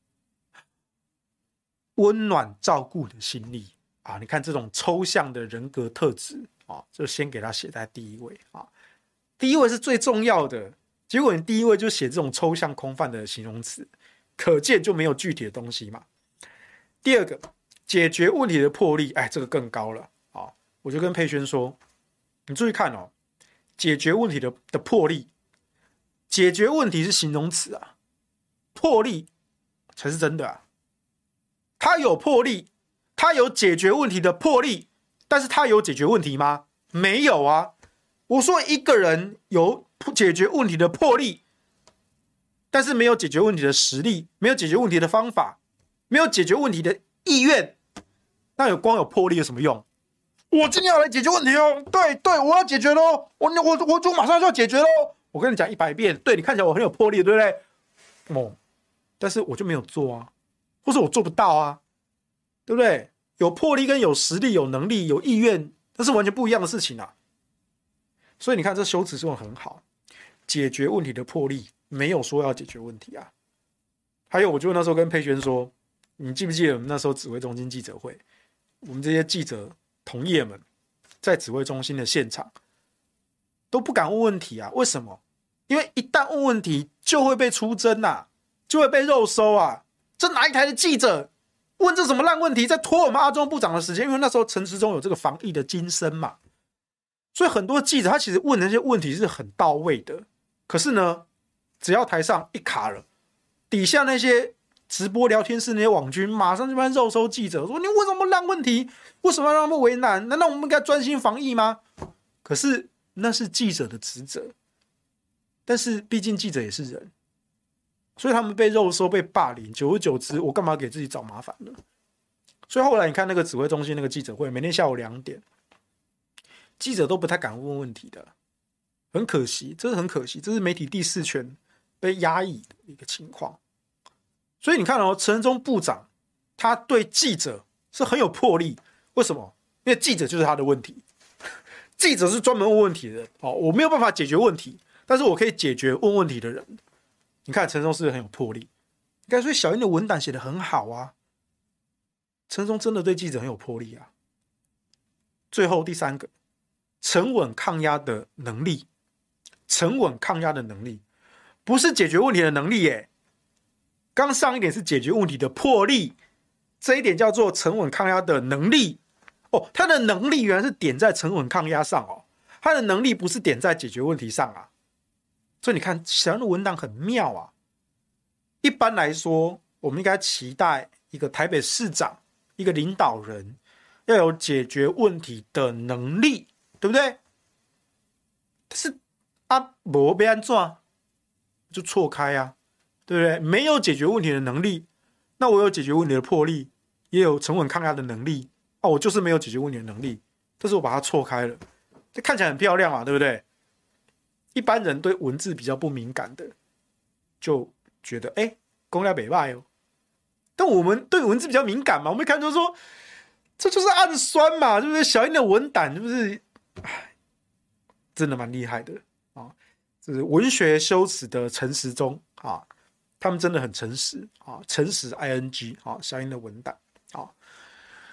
温暖照顾的心力啊，你看这种抽象的人格特质啊，就先给他写在第一位啊，第一位是最重要的。结果你第一位就写这种抽象空泛的形容词，可见就没有具体的东西嘛。第二个，解决问题的魄力，哎，这个更高了啊！我就跟佩轩说，你注意看哦，解决问题的的魄力，解决问题是形容词啊，魄力才是真的啊。他有魄力，他有解决问题的魄力，但是他有解决问题吗？没有啊。我说一个人有解决问题的魄力，但是没有解决问题的实力，没有解决问题的方法，没有解决问题的意愿，那有光有魄力有什么用？我今天要来解决问题哦，对对，我要解决咯，我我我就马上就要解决咯。我跟你讲一百遍，对你看起来我很有魄力，对不对？哦，但是我就没有做啊。或者我做不到啊，对不对？有魄力跟有实力、有能力、有意愿，那是完全不一样的事情啊。所以你看，这修辞说的很好，解决问题的魄力没有说要解决问题啊。还有，我就那时候跟佩轩说，你记不记得我们那时候指挥中心记者会，我们这些记者同业们在指挥中心的现场都不敢问问题啊？为什么？因为一旦问问题，就会被出征啊，就会被肉收啊。这哪一台的记者问这什么烂问题，在拖我们阿中部长的时间？因为那时候陈时中有这个防疫的金身嘛，所以很多记者他其实问的那些问题是很到位的。可是呢，只要台上一卡了，底下那些直播聊天室那些网军马上就帮肉收记者，说你为什么烂问题？为什么要让他们为难？难道我们应该专心防疫吗？可是那是记者的职责，但是毕竟记者也是人。所以他们被肉收、被霸凌，久而久之，我干嘛给自己找麻烦呢？所以后来你看那个指挥中心那个记者会，每天下午两点，记者都不太敢问问题的，很可惜，这是很可惜，这是媒体第四权被压抑的一个情况。所以你看哦，陈时中部长他对记者是很有魄力，为什么？因为记者就是他的问题，记者是专门问问题的人。哦，我没有办法解决问题，但是我可以解决问问题的人。你看陈时中是不是很有魄力？你看，所以小英的文胆写得很好啊。陈时中真的对记者很有魄力啊。最后第三个，沉稳抗压的能力，沉稳抗压的能力，不是解决问题的能力耶。刚上一点是解决问题的魄力，这一点叫做沉稳抗压的能力。哦，他的能力原来是点在沉稳抗压上哦，他的能力不是点在解决问题上啊。所以你看，小英的文档很妙啊。一般来说，我们应该期待一个台北市长、一个领导人要有解决问题的能力，对不对？但是啊，没被安怎就错开啊，对不对？没有解决问题的能力，那我有解决问题的魄力，也有沉稳抗压的能力啊，我就是没有解决问题的能力，但是我把它错开了，这看起来很漂亮啊，对不对？一般人对文字比较不敏感的，就觉得哎，公料北败哦。但我们对文字比较敏感嘛，我们看就说这就是暗酸嘛，对不对？小英的文胆是不是？真的蛮厉害的啊！这是文学修辞的陈时中啊，他们真的很诚实啊，诚实 ing 啊，小英的文胆啊。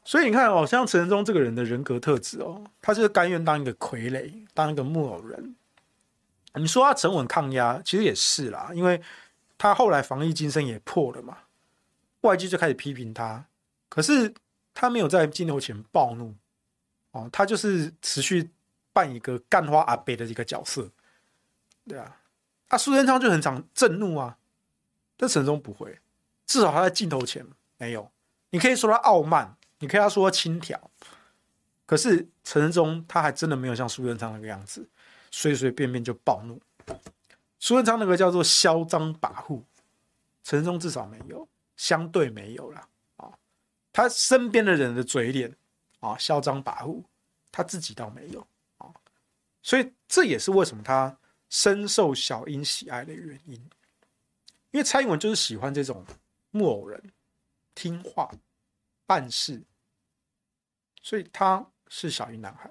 所以你看哦，像陈时中这个人的人格特质哦，他就是甘愿当一个傀儡，当一个木偶人。你说他沉稳抗压，其实也是啦，因为他后来防疫精神也破了嘛，外界就开始批评他，可是他没有在镜头前暴怒哦，他就是持续扮一个干花阿伯的一个角色，对啊，啊苏贞昌就很常震怒啊，但陈时中不会，至少他在镜头前没有。你可以说他傲慢，你可以说他轻佻，可是陈时中他还真的没有像苏贞昌那个样子，随随便便就暴怒。苏贞昌那个叫做嚣张跋扈，陈时中至少没有，相对没有啦。啊，他身边的人的嘴脸啊，嚣张跋扈，他自己倒没有啊，所以这也是为什么他深受小英喜爱的原因。因为蔡英文就是喜欢这种木偶人，听话办事，所以他是小英男孩。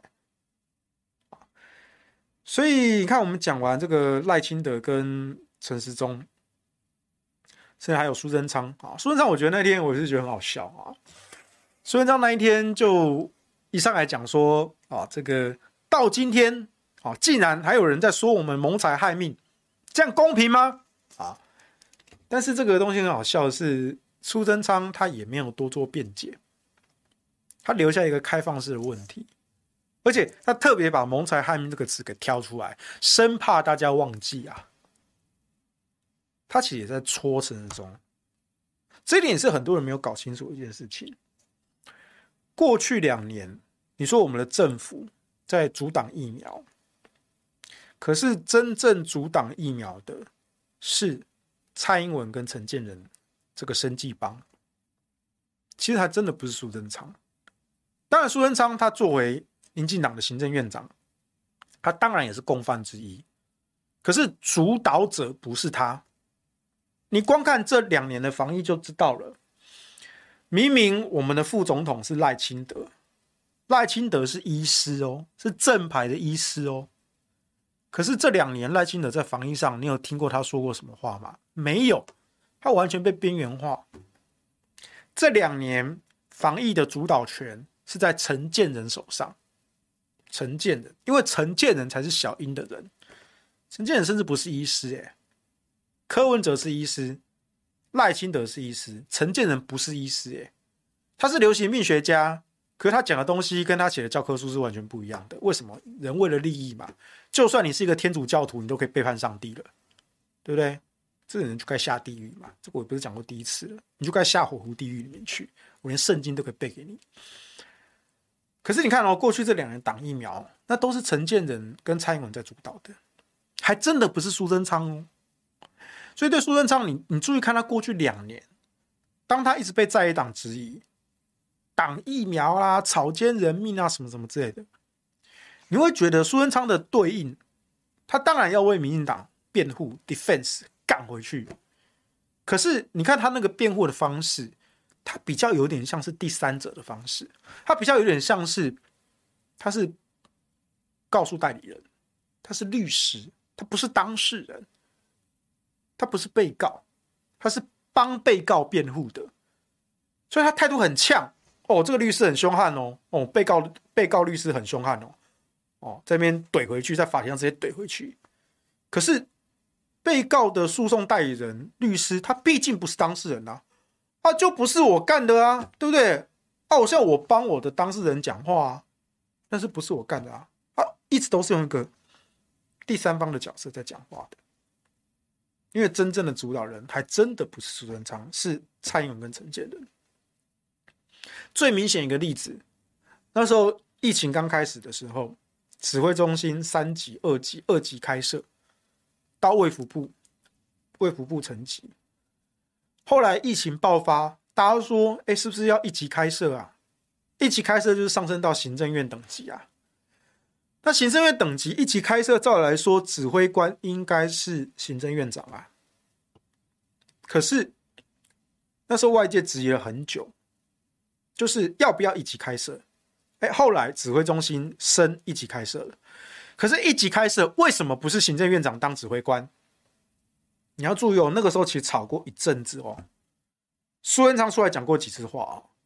所以你看，我们讲完这个赖清德跟陈时中，甚至还有苏贞昌啊。苏贞昌，我觉得那天我是觉得很好笑啊。苏贞昌那一天就一上来讲说啊，这个到今天啊，竟然还有人在说我们谋财害命，这样公平吗？啊！但是这个东西很好笑的是，苏贞昌他也没有多做辩解，他留下一个开放式的问题。而且他特别把谋财害命这个词给挑出来，生怕大家忘记啊。他其实也在戳陈时中，这一点也是很多人没有搞清楚的一件事情。过去两年，你说我们的政府在阻挡疫苗，可是真正阻挡疫苗的是蔡英文跟陈建仁这个生技帮，其实还真的不是苏贞昌。当然，苏贞昌他作为民进党的行政院长，他当然也是共犯之一，可是主导者不是他。你光看这两年的防疫就知道了，明明我们的副总统是赖清德，赖清德是医师哦，是正牌的医师哦，可是这两年赖清德在防疫上，你有听过他说过什么话吗？没有，他完全被边缘化。这两年防疫的主导权是在陈建仁手上。陈建仁，因为陈建仁才是小英的人，陈建仁甚至不是医师耶，柯文哲是医师，赖清德是医师，陈建仁不是医师耶，他是流行病学家，可是他讲的东西跟他写的教科书是完全不一样的。为什么？人为了利益嘛，就算你是一个天主教徒，你都可以背叛上帝了，对不对？这个人就该下地狱嘛，这个我也不是讲过第一次了，你就该下火湖地狱里面去，我连圣经都可以背给你。可是你看哦，过去这两年挡疫苗，那都是陈建仁跟蔡英文在主导的，还真的不是苏贞昌哦。所以对苏贞昌，你你注意看他过去两年，当他一直被在野党质疑挡疫苗啦、草菅人命啊什么什么之类的，你会觉得苏贞昌的对应，他当然要为民进党辩护 defense 干回去，可是你看他那个辩护的方式，他比较有点像是第三者的方式，他比较有点像是他是告诉代理人，他是律师，他不是当事人，他不是被告，他是帮被告辩护的，所以他态度很呛哦。这个律师很凶悍哦，哦，被告被告律师很凶悍哦，哦，在那边怼回去，在法庭上直接怼回去。可是被告的诉讼代理人律师，他毕竟不是当事人啊。啊，就不是我干的啊，对不对？啊，我像我帮我的当事人讲话啊，但是不是我干的啊？啊，一直都是用一个第三方的角色在讲话的，因为真正的主导人还真的不是苏贞昌，是蔡英文跟陈建仁。最明显一个例子，那时候疫情刚开始的时候，指挥中心三级、二级、二级开设，到卫福部，卫福部层级。后来疫情爆发，大家都说，哎，是不是要一级开设啊？一级开设就是上升到行政院等级啊。那行政院等级一级开设，照理来说，指挥官应该是行政院长啊。可是那时候外界质疑了很久，就是要不要一级开设？哎，后来指挥中心升一级开设了。可是，一级开设为什么不是行政院长当指挥官？你要注意哦，那个时候其实吵过一阵子哦。苏贞昌出来讲过几次话哦，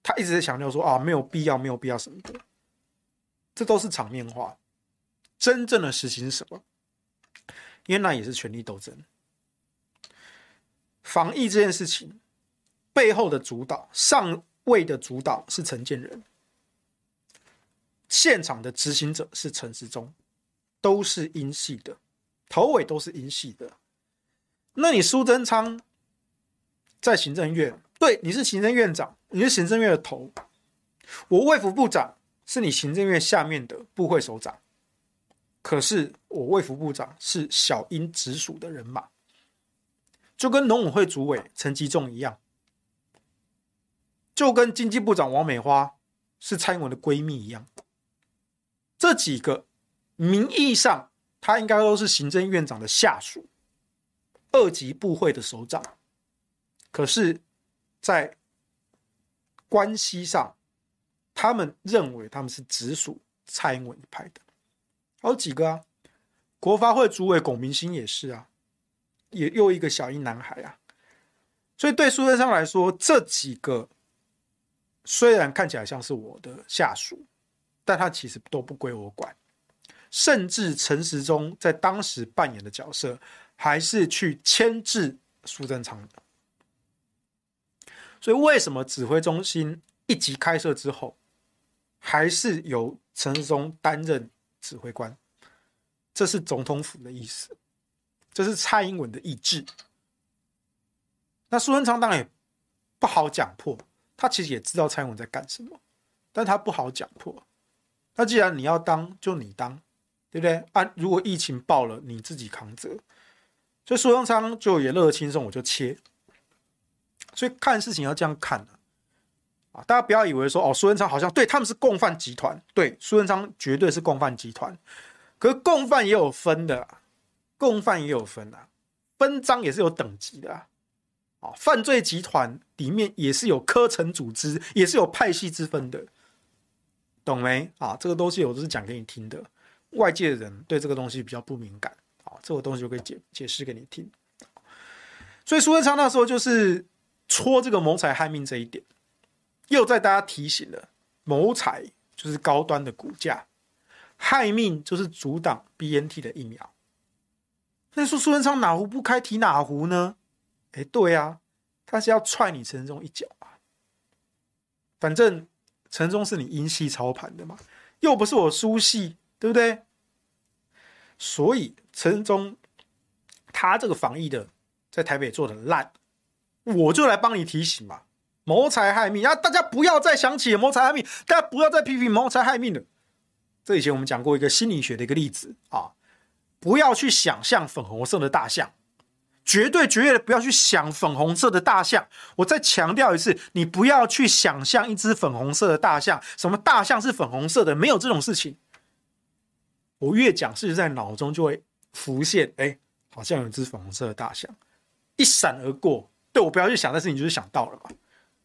他一直在强调说啊，没有必要，没有必要什么的，这都是场面话。真正的实情是什么？因为那也是权力斗争。防疫这件事情背后的主导，上位的主导是陈建仁，现场的执行者是陈时中，都是英系的，头尾都是英系的。那你苏贞昌在行政院，对，你是行政院长，你是行政院的头，我卫福部长是你行政院下面的部会首长，可是我卫福部长是小英直属的人马，就跟农委会主委陈吉仲一样，就跟经济部长王美花是蔡英文的闺蜜一样，这几个名义上他应该都是行政院长的下属，二级部会的首长，可是在关系上他们认为他们是直属蔡英文一派的，还有几个啊，国发会主委龚明鑫也是啊，也又一个小英男孩啊。所以对苏贞昌来说，这几个虽然看起来像是我的下属，但他其实都不归我管。甚至陈时中在当时扮演的角色，还是去牵制苏贞昌的。所以为什么指挥中心一级开设之后，还是由陈时中担任指挥官？这是总统府的意思，这是蔡英文的意志。那苏贞昌当然也不好讲破，他其实也知道蔡英文在干什么，但他不好讲破。那既然你要当，就你当，对不对？啊，如果疫情爆了，你自己扛责。所以苏贞昌就也乐得轻松，我就切。所以看事情要这样看啊，啊大家不要以为说哦，苏贞昌好像对他们是共犯集团，对，苏贞昌绝对是共犯集团。可是共犯也有分的、啊，共犯也有分啊，分赃也是有等级的啊。啊犯罪集团里面也是有科层组织，也是有派系之分的，懂没？啊，这个东西我都是讲给你听的。外界的人对这个东西比较不敏感，啊，这个东西我可以 解, 解释给你听。所以苏贞昌那时候就是戳这个谋财害命这一点，又在大家提醒了，谋财就是高端的股价，害命就是阻挡 B N T 的疫苗。那说苏贞昌哪壶不开提哪壶呢？哎，对啊，他是要踹你陈时中一脚啊。反正陈时中是你英系操盘的嘛，又不是我苏系，对不对？所以陈时中他这个防疫的在台北做的烂，我就来帮你提醒嘛，谋财害命啊！大家不要再想起谋财害命，大家不要再批评谋财害命了。这以前我们讲过一个心理学的一个例子啊，不要去想象粉红色的大象，绝对绝对的不要去想粉红色的大象。我再强调一次，你不要去想象一只粉红色的大象，什么大象是粉红色的，没有这种事情。我越讲，事实在脑中就会浮现，哎，好像有一只粉红色的大象，一闪而过。对，我不要去想，但是你就是想到了嘛。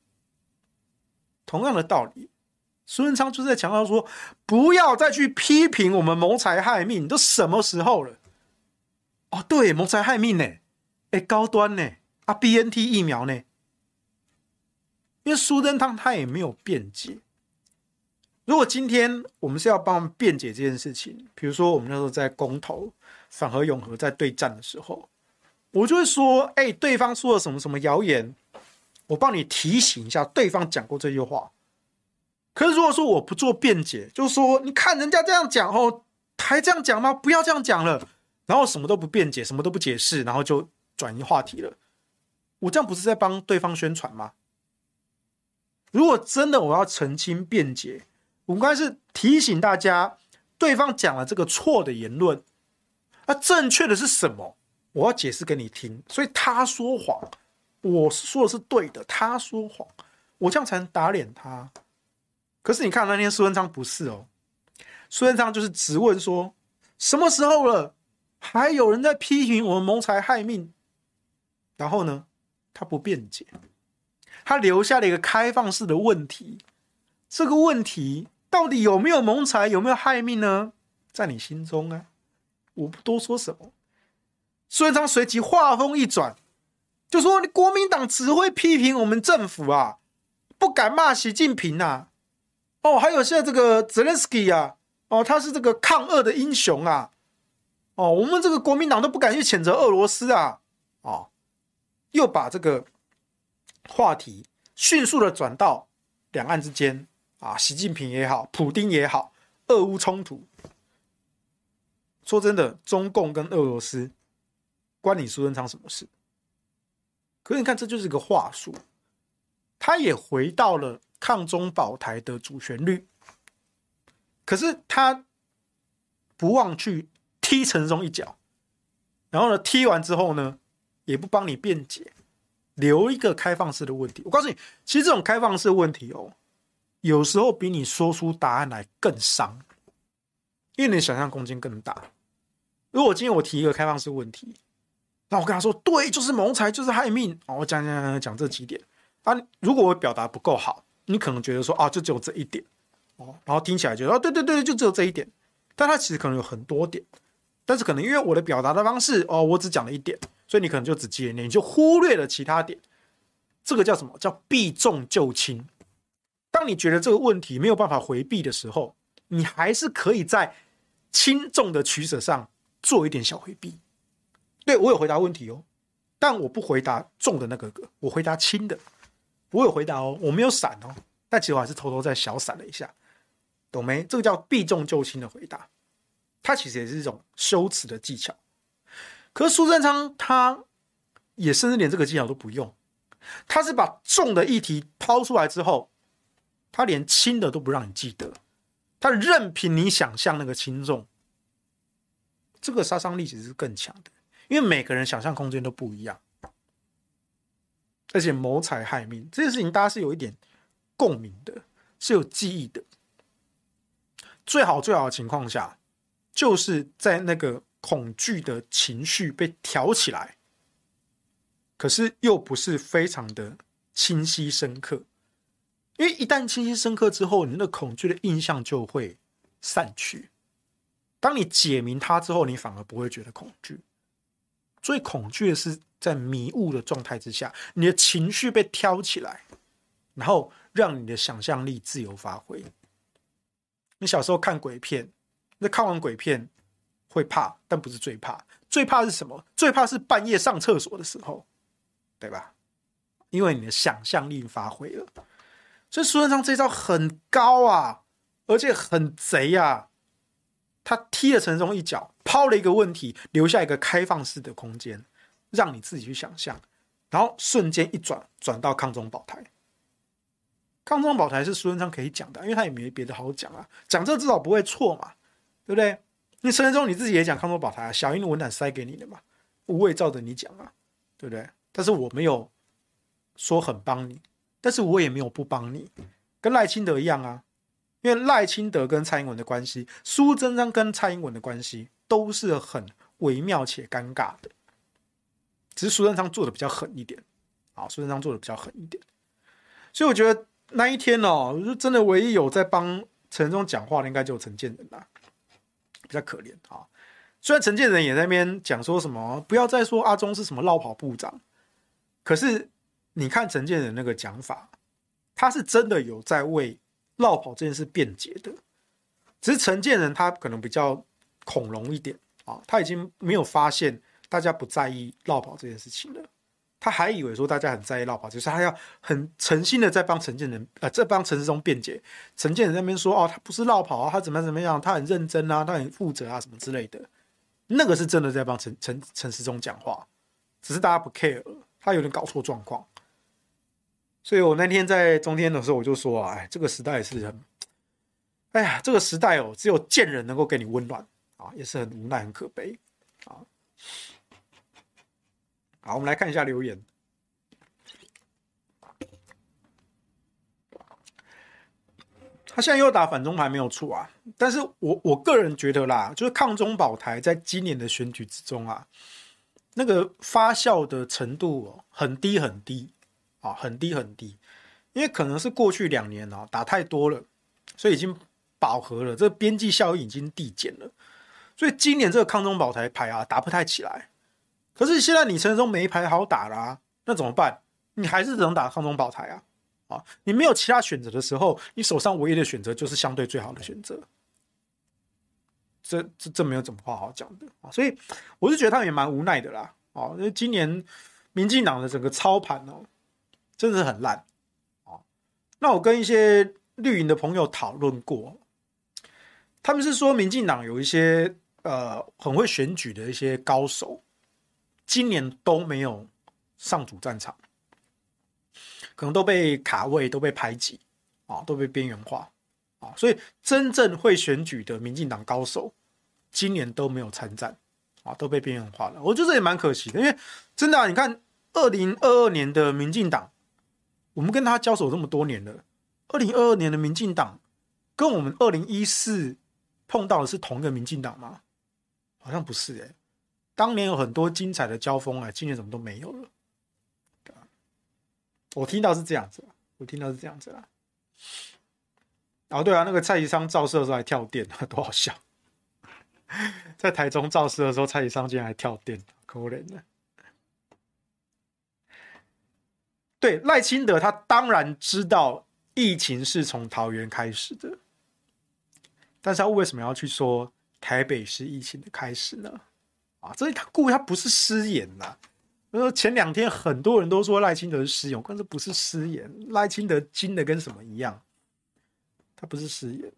同样的道理，苏贞昌就是在强调说，不要再去批评我们谋财害命，都什么时候了？哦，对，谋财害命呢，哎，高端呢，啊 ，B N T 疫苗呢？因为苏贞昌他也没有辩解。如果今天我们是要帮他们辩解这件事情，比如说我们那时候在公投反核永和在对战的时候，我就会说，哎、欸，对方说了什么什么谣言，我帮你提醒一下，对方讲过这句话。可是如果说我不做辩解，就说你看人家这样讲哦，还这样讲吗？不要这样讲了，然后什么都不辩解，什么都不解释，然后就转移话题了。我这样不是在帮对方宣传吗？如果真的我要澄清辩解，我们刚才是提醒大家，对方讲了这个错的言论，那正确的是什么？我要解释给你听。所以他说谎，我说的是对的，他说谎，我这样才能打脸他。可是你看那天苏贞昌不是哦，苏贞昌就是质问说，什么时候了，还有人在批评我们谋财害命？然后呢，他不辩解，他留下了一个开放式的问题。这个问题到底有没有谋财，有没有害命呢？在你心中啊，我不多说什么。苏贞昌随即话锋一转，就说：“国民党只会批评我们政府啊， 不敢骂习近平啊。哦，还有现在这个泽连斯基啊，哦，他是这个抗俄的英雄啊。哦，我们这个国民党都不敢去谴责俄罗斯啊。哦，又把这个话题迅速的转到两岸之间啊，习近平也好，普丁也好，俄乌冲突。说真的，中共跟俄罗斯关你苏贞昌什么事？可是你看，这就是一个话术，他也回到了抗中保台的主旋律，可是他不忘去踢陈时中一脚，然后呢，踢完之后呢，也不帮你辩解，留一个开放式的问题。我告诉你，其实这种开放式的问题哦，有时候比你说出答案来更伤，因为你的想象空间更大。如果今天我提一个开放式问题，那我跟他说，对，就是谋财，就是害命，哦、我讲讲讲讲这几点。啊，如果我表达不够好，你可能觉得说，啊，就只有这一点，哦，然后听起来觉得，哦，对对对，就只有这一点。但它其实可能有很多点，但是可能因为我的表达的方式，哦，我只讲了一点，所以你可能就只记了那，你就忽略了其他点。这个叫什么？叫避重就轻。当你觉得这个问题没有办法回避的时候，你还是可以在轻重的取舍上做一点小回避。对，我有回答问题哦，但我不回答重的那个个，我回答轻的。我有回答哦，我没有闪哦，但其实我还是偷偷在小闪了一下，懂没？这个叫避重就轻的回答，它其实也是一种修辞的技巧。可是苏贞昌他也甚至连这个技巧都不用，他是把重的议题抛出来之后，他连轻的都不让你记得，他任凭你想象那个轻重，这个杀伤力其实是更强的，因为每个人想象空间都不一样。而且谋财害命这件事情，大家是有一点共鸣的，是有记忆的。最好最好的情况下，就是在那个恐惧的情绪被挑起来，可是又不是非常的清晰深刻。因为一旦清晰深刻之后，你那恐惧的印象就会散去。当你解明它之后，你反而不会觉得恐惧。最恐惧的是在迷雾的状态之下，你的情绪被挑起来，然后让你的想象力自由发挥。你小时候看鬼片，那看完鬼片会怕，但不是最怕。最怕是什么？最怕是半夜上厕所的时候，对吧？因为你的想象力发挥了。所以苏贞昌这招很高啊，而且很贼啊。他踢了陈时中一脚，抛了一个问题，留下一个开放式的空间，让你自己去想象，然后瞬间一转，转到抗中保台。抗中保台是苏贞昌可以讲的，因为他也没别的好讲啊，讲这至少不会错嘛，对不对？你陈时中你自己也讲抗中保台啊，小英的文档塞给你的嘛，我也照着你讲啊，对不对？但是我没有说很帮你，但是我也没有不帮你，跟赖清德一样啊。因为赖清德跟蔡英文的关系，苏贞昌跟蔡英文的关系都是很微妙且尴尬的，只是苏贞昌做的比较狠一点，啊，苏贞昌做的比较狠一点，所以我觉得那一天哦，真的唯一有在帮陈时中讲话的，应该就陈建仁啦，比较可怜啊。虽然陈建仁也在那边讲说什么不要再说阿中是什么落跑部长，可是你看陈建仁那个讲法，他是真的有在为落跑这件事辩解的，只是陈建仁他可能比较恐龙一点啊，他已经没有发现大家不在意落跑这件事情了，他还以为说大家很在意落跑，就是他要很诚心的在帮陈建仁呃，在帮陈时中辩解。陈建仁在那边说哦，他不是落跑啊，他怎么样怎么样，他很认真啊，他很负责啊，什么之类的，那个是真的在帮陈陈陈时中讲话，只是大家不 care， 他有点搞错状况。所以我那天在中天的时候，我就说啊，哎，这个时代也是很，哎呀，这个时代哦，只有贱人能够给你温暖啊，也是很无奈、很可悲啊。好，我们来看一下留言。他现在又打反中牌没有错啊，但是我我个人觉得啦，就是抗中保台在今年的选举之中啊，那个发酵的程度、哦、很低很低。啊，很低很低，因为可能是过去两年啊打太多了，所以已经饱和了，这个边际效应已经递减了，所以今年这个抗中保台牌啊打不太起来。可是现在你陈时中没牌好打啦、啊，那怎么办？你还是只能打抗中保台啊。 啊，你没有其他选择的时候，你手上唯一的选择就是相对最好的选择。这这这没有怎么话好讲的啊，所以我是觉得他们也蛮无奈的啦。哦，因为今年民进党的整个操盘哦，真的是很烂哦。那我跟一些绿营的朋友讨论过，他们是说民进党有一些呃很会选举的一些高手，今年都没有上主战场，可能都被卡位，都被排挤啊，都被边缘化啊，所以真正会选举的民进党高手，今年都没有参战啊，都被边缘化了。我觉得这也蛮可惜的，因为真的、啊，你看二零二二年的民进党，我们跟他交手这么多年了，二零二二年的民进党跟我们二零一四碰到的是同一个民进党吗？好像不是哎、欸，当年有很多精彩的交锋哎，今年怎么都没有了？我听到是这样子，我听到是这样子啦。哦，对啊，那个蔡其昌造势的时候还跳电，多好笑！在台中造势的时候，蔡其昌竟然还跳电，可怜的。对，赖清德他当然知道疫情是从桃园开始的，但是他为什么要去说台北是疫情的开始呢？啊，这他故意他不是失言啦。前两天很多人都说赖清德是失言，但是不是失言，赖清德精的跟什么一样，他不是失言。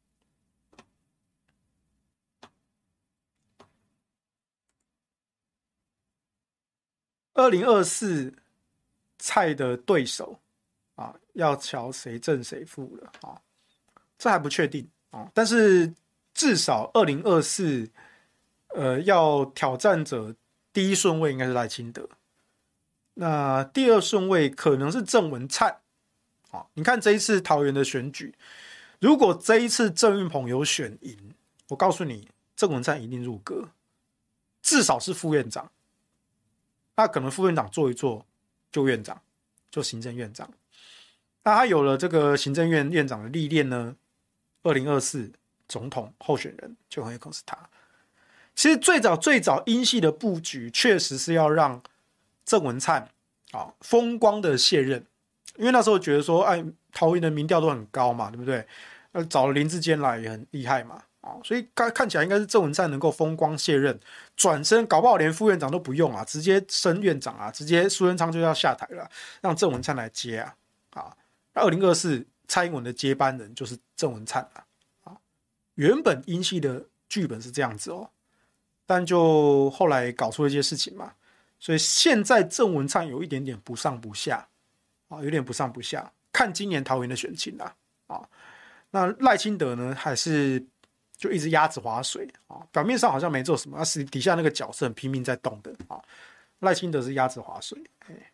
二零二四蔡的对手啊，要瞧谁正谁负了啊，这还不确定啊，但是至少二零二四呃要挑战者第一顺位应该是赖清德，那第二顺位可能是郑文灿啊。你看这一次桃园的选举，如果这一次郑运鹏有选赢，我告诉你，郑文灿一定入阁，至少是副院长。那可能副院长做一做就院长，就行政院长。那他有了这个行政院院长的历练呢，二零二四总统候选人就很有可能是他。其实最早最早英系的布局，确实是要让郑文灿啊风光的卸任，因为那时候觉得说，哎，桃园的民调都很高嘛，对不对？呃，找了林智坚来也很厉害嘛，啊，所以看起来应该是郑文灿能够风光卸任，转身搞不好连副院长都不用啊，直接升院长啊，直接苏贞昌就要下台了，让郑文灿来接啊，啊，那二零二四蔡英文的接班人就是郑文灿啊，啊，原本英系的剧本是这样子哦。但就后来搞出了一些事情嘛，所以现在郑文灿有一点点不上不下啊，有点不上不下。看今年桃园的选情啦啊，那赖清德呢还是就一直鸭子划水啊，表面上好像没做什么，私底下那个角色很拼命在动的啊。赖清德是鸭子划水，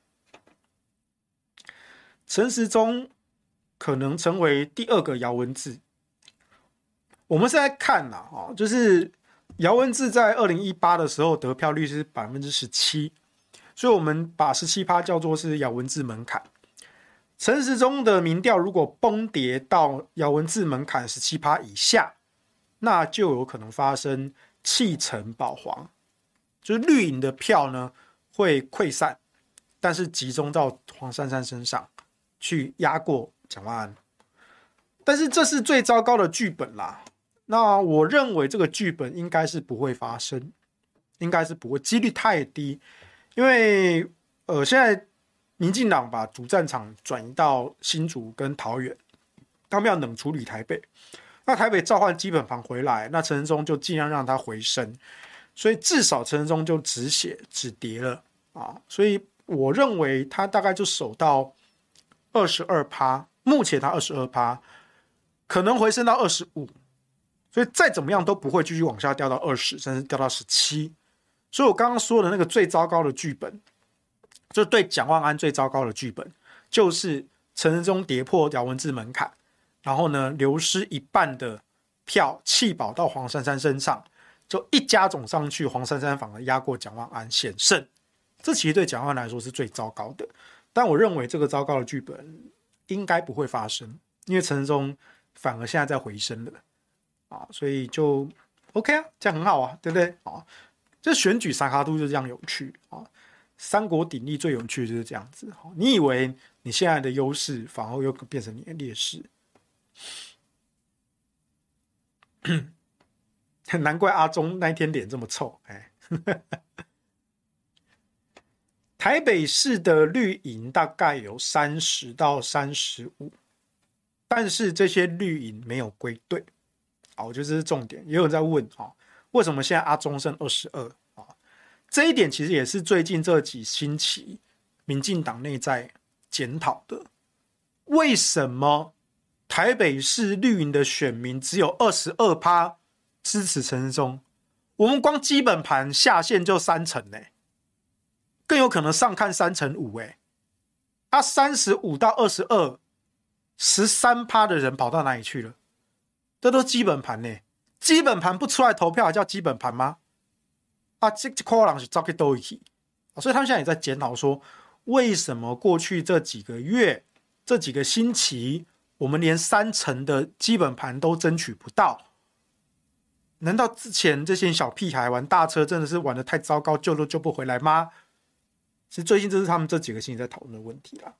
陈时中可能成为第二个姚文智。我们是在看啦啊，就是。姚文智在二零一八的时候得票率是百分之十七，所以我们把十七趴叫做是姚文智门槛。陈时中的民调如果崩跌到姚文智门槛十七趴以下，那就有可能发生弃城保皇，就是绿营的票呢会溃散，但是集中到黄珊珊身上去压过蒋万安。但是这是最糟糕的剧本啦。那我认为这个剧本应该是不会发生，应该是不会，几率太低，因为呃，现在民进党把主战场转移到新竹跟桃园，他们要冷处理台北，那台北召唤基本盘回来，那陈时中就尽量让他回升，所以至少陈时中就止血止跌了啊，所以我认为他大概就守到二十二趴，目前他二十二趴，可能回升到二十五。所以再怎么样都不会继续往下掉到二十，甚至掉到十七。所以我刚刚说的那个最糟糕的剧本，就是对蒋万安最糟糕的剧本，就是陈时中跌破姚文智门槛，然后呢流失一半的票弃保到黄珊珊身上，就一加总上去，黄珊珊反而压过蒋万安险胜。这其实对蒋万安来说是最糟糕的，但我认为这个糟糕的剧本应该不会发生，因为陈时中反而现在在回升了。啊，所以就 OK 啊，这样很好啊，对不对？啊，这选举萨卡度就这样有趣啊。 三国鼎立最有趣的就是这样子，你以为你现在的优势，反而又变成你的劣势。难怪阿中那一天脸这么臭，哎。台北市的绿营大概有三十到三十五，但是这些绿营没有归队，我觉得这是重点。也有人在问，为什么现在阿中剩二十二？这一点其实也是最近这几星期民进党内在检讨的。为什么台北市绿营的选民只有 百分之二十二 支持陈时中？我们光基本盘下线就三成呢、欸，更有可能上看三成五哎。啊，三十五到二十二， 百分之十三 的人跑到哪里去了？这都基本盘呢、欸，基本盘不出来投票还叫基本盘吗？啊，这这可能是早去都去，所以他们现在也在检讨说，为什么过去这几个月、这几个星期，我们连三成的基本盘都争取不到？难道之前这些小屁孩玩大车真的是玩得太糟糕，救都救不回来吗？其实最近这是他们这几个星期在讨论的问题啦。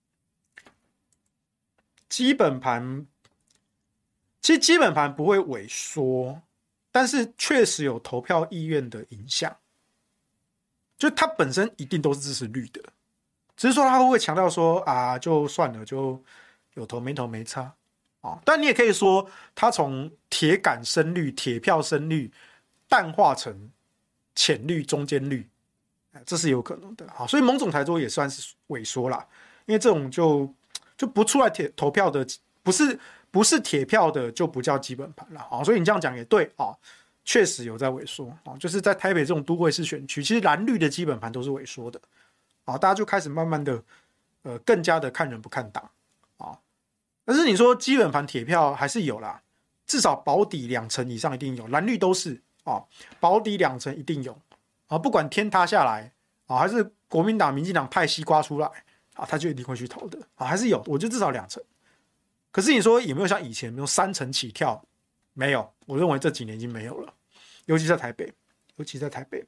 基本盘，其实基本盘不会萎缩。但是确实有投票意愿的影响，就它本身一定都是支持绿的，只是说他会不会强调说啊，就算了，就有投没投没差啊。但你也可以说，他从铁杆深绿、铁票深绿淡化成浅绿、中间绿，这是有可能的。好，所以某种台桌也算是萎缩啦，因为这种就就不出来铁投票的，不是。不是铁票的就不叫基本盘了，所以你这样讲也对啊，确实有在萎缩啊，就是在台北这种都会市选区，其实蓝绿的基本盘都是萎缩的啊，大家就开始慢慢的呃更加的看人不看党啊，但是你说基本盘铁票还是有啦，至少保底两成以上一定有，蓝绿都是啊，保底两成一定有啊，不管天塌下来啊，还是国民党、民进党派西瓜出来啊，他就一定会去投的啊，还是有，我觉得至少两成。可是你说有没有像以前用三成起跳？没有，我认为这几年已经没有了，尤其在台北，尤其在台北。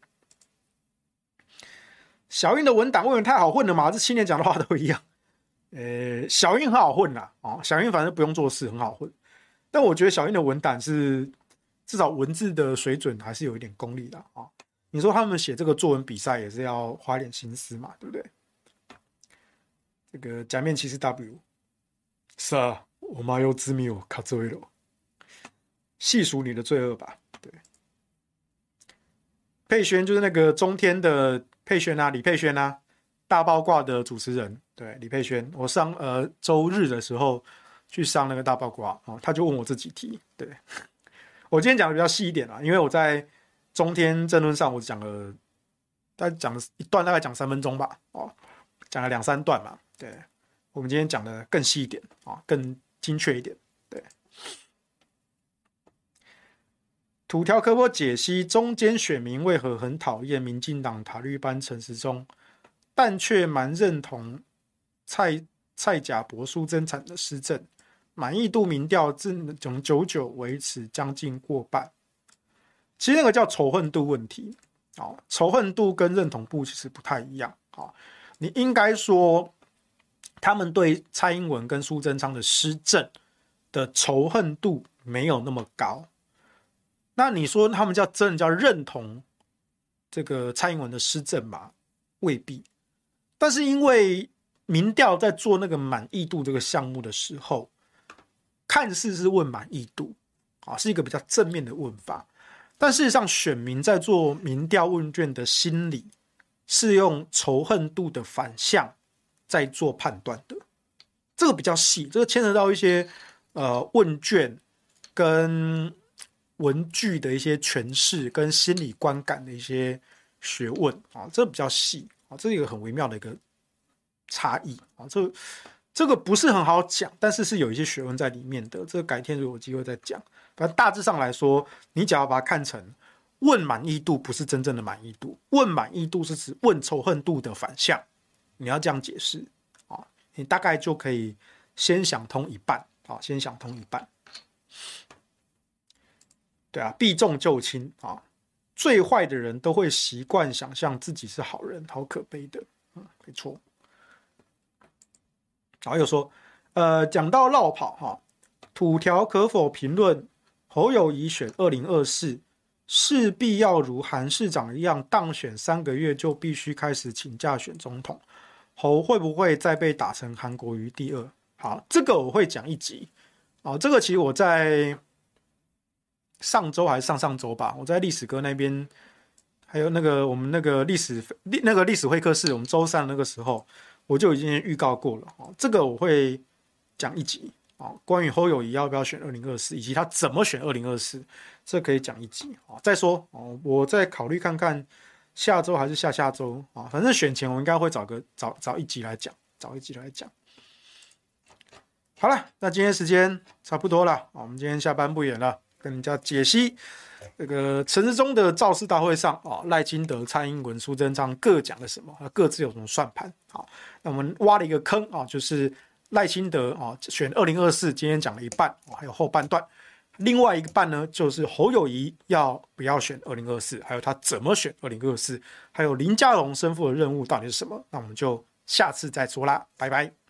小英的文档未免太好混了嘛？这七年讲的话都一样。呃，小英很好混啦，哦，小英反正不用做事，很好混。但我觉得小英的文档是至少文字的水准还是有一点功力的啊、哦。你说他们写这个作文比赛也是要花点心思嘛，对不对？这个假面骑士 W 是啊。我妈又之谜我卡罪了，细数你的罪恶吧。对，佩轩就是那个中天的佩轩啊，李佩轩啊，大爆卦的主持人。对，李佩轩，我上呃周日的时候去上那个大爆卦、哦、他就问我这几题。对，我今天讲的比较细一点啦，因为我在中天政论上我讲了，大概讲了一段，大概讲三分钟吧，哦，讲了两三段嘛。对，我们今天讲的更细一点啊、哦，更精确一点，对。土条科波解析中间选民为何很讨厌民进党塔绿班陈时中，但却蛮认同蔡蔡甲博苏增产的施政，满意度民调自从九九维持将近过半。其实那个叫仇恨度问题，哦，仇恨度跟认同度其实不太一样。哦，你应该说。他们对蔡英文跟苏贞昌的施政的仇恨度没有那么高，那你说他们叫真的叫认同这个蔡英文的施政吗？未必。但是因为民调在做那个满意度这个项目的时候，看似是问满意度啊，是一个比较正面的问法，但事实上选民在做民调问卷的心理是用仇恨度的反向在做判断的，这个比较细，这个牵扯到一些呃问卷跟文句的一些诠释跟心理观感的一些学问啊，这个比较细啊，这是一个很微妙的一个差异啊，这个这个不是很好讲，但是是有一些学问在里面的，这个改天如果有机会再讲。反正大致上来说，你只要把它看成问满意度，不是真正的满意度，问满意度是指问仇恨度的反向。你要这样解释啊，你大概就可以先想通一半啊，先想通一半。对啊，避重就轻啊。 最坏的人都会习惯想象自己是好人，好可悲的。嗯，没错。然后又说，呃，讲到落跑哈，土条可否评论侯友宜选二零二四，势必要如韩市长一样，当选三个月就必须开始请假选总统，侯会不会再被打成韩国瑜第二？好，这个我会讲一集。哦，这个其实我在上周还是上上周吧，我在历史哥那边，还有那个我们那个历史那个历史会客室，我们周三那个时候我就已经预告过了。哦，这个我会讲一集。哦，关于侯友宜要不要选二零二四，以及他怎么选二零二四，这可以讲一集。哦，再说哦，我再考虑看看下周还是下下周啊，反正选前我应该会找个找找一集来讲，找一集来讲。好了，那今天时间差不多了，我们今天下班不远了，跟人家解析这个陈时中的造势大会上啊，赖清德、蔡英文、苏贞昌各讲了什么，各自有什么算盘。好，那我们挖了一个坑啊，就是赖清德啊选二零二四，今天讲了一半，还有后半段。另外一个半呢，就是侯友宜要不要选二零二四，还有他怎么选二零二四，还有林佳龙身负的任务到底是什么？那我们就下次再说啦，拜拜。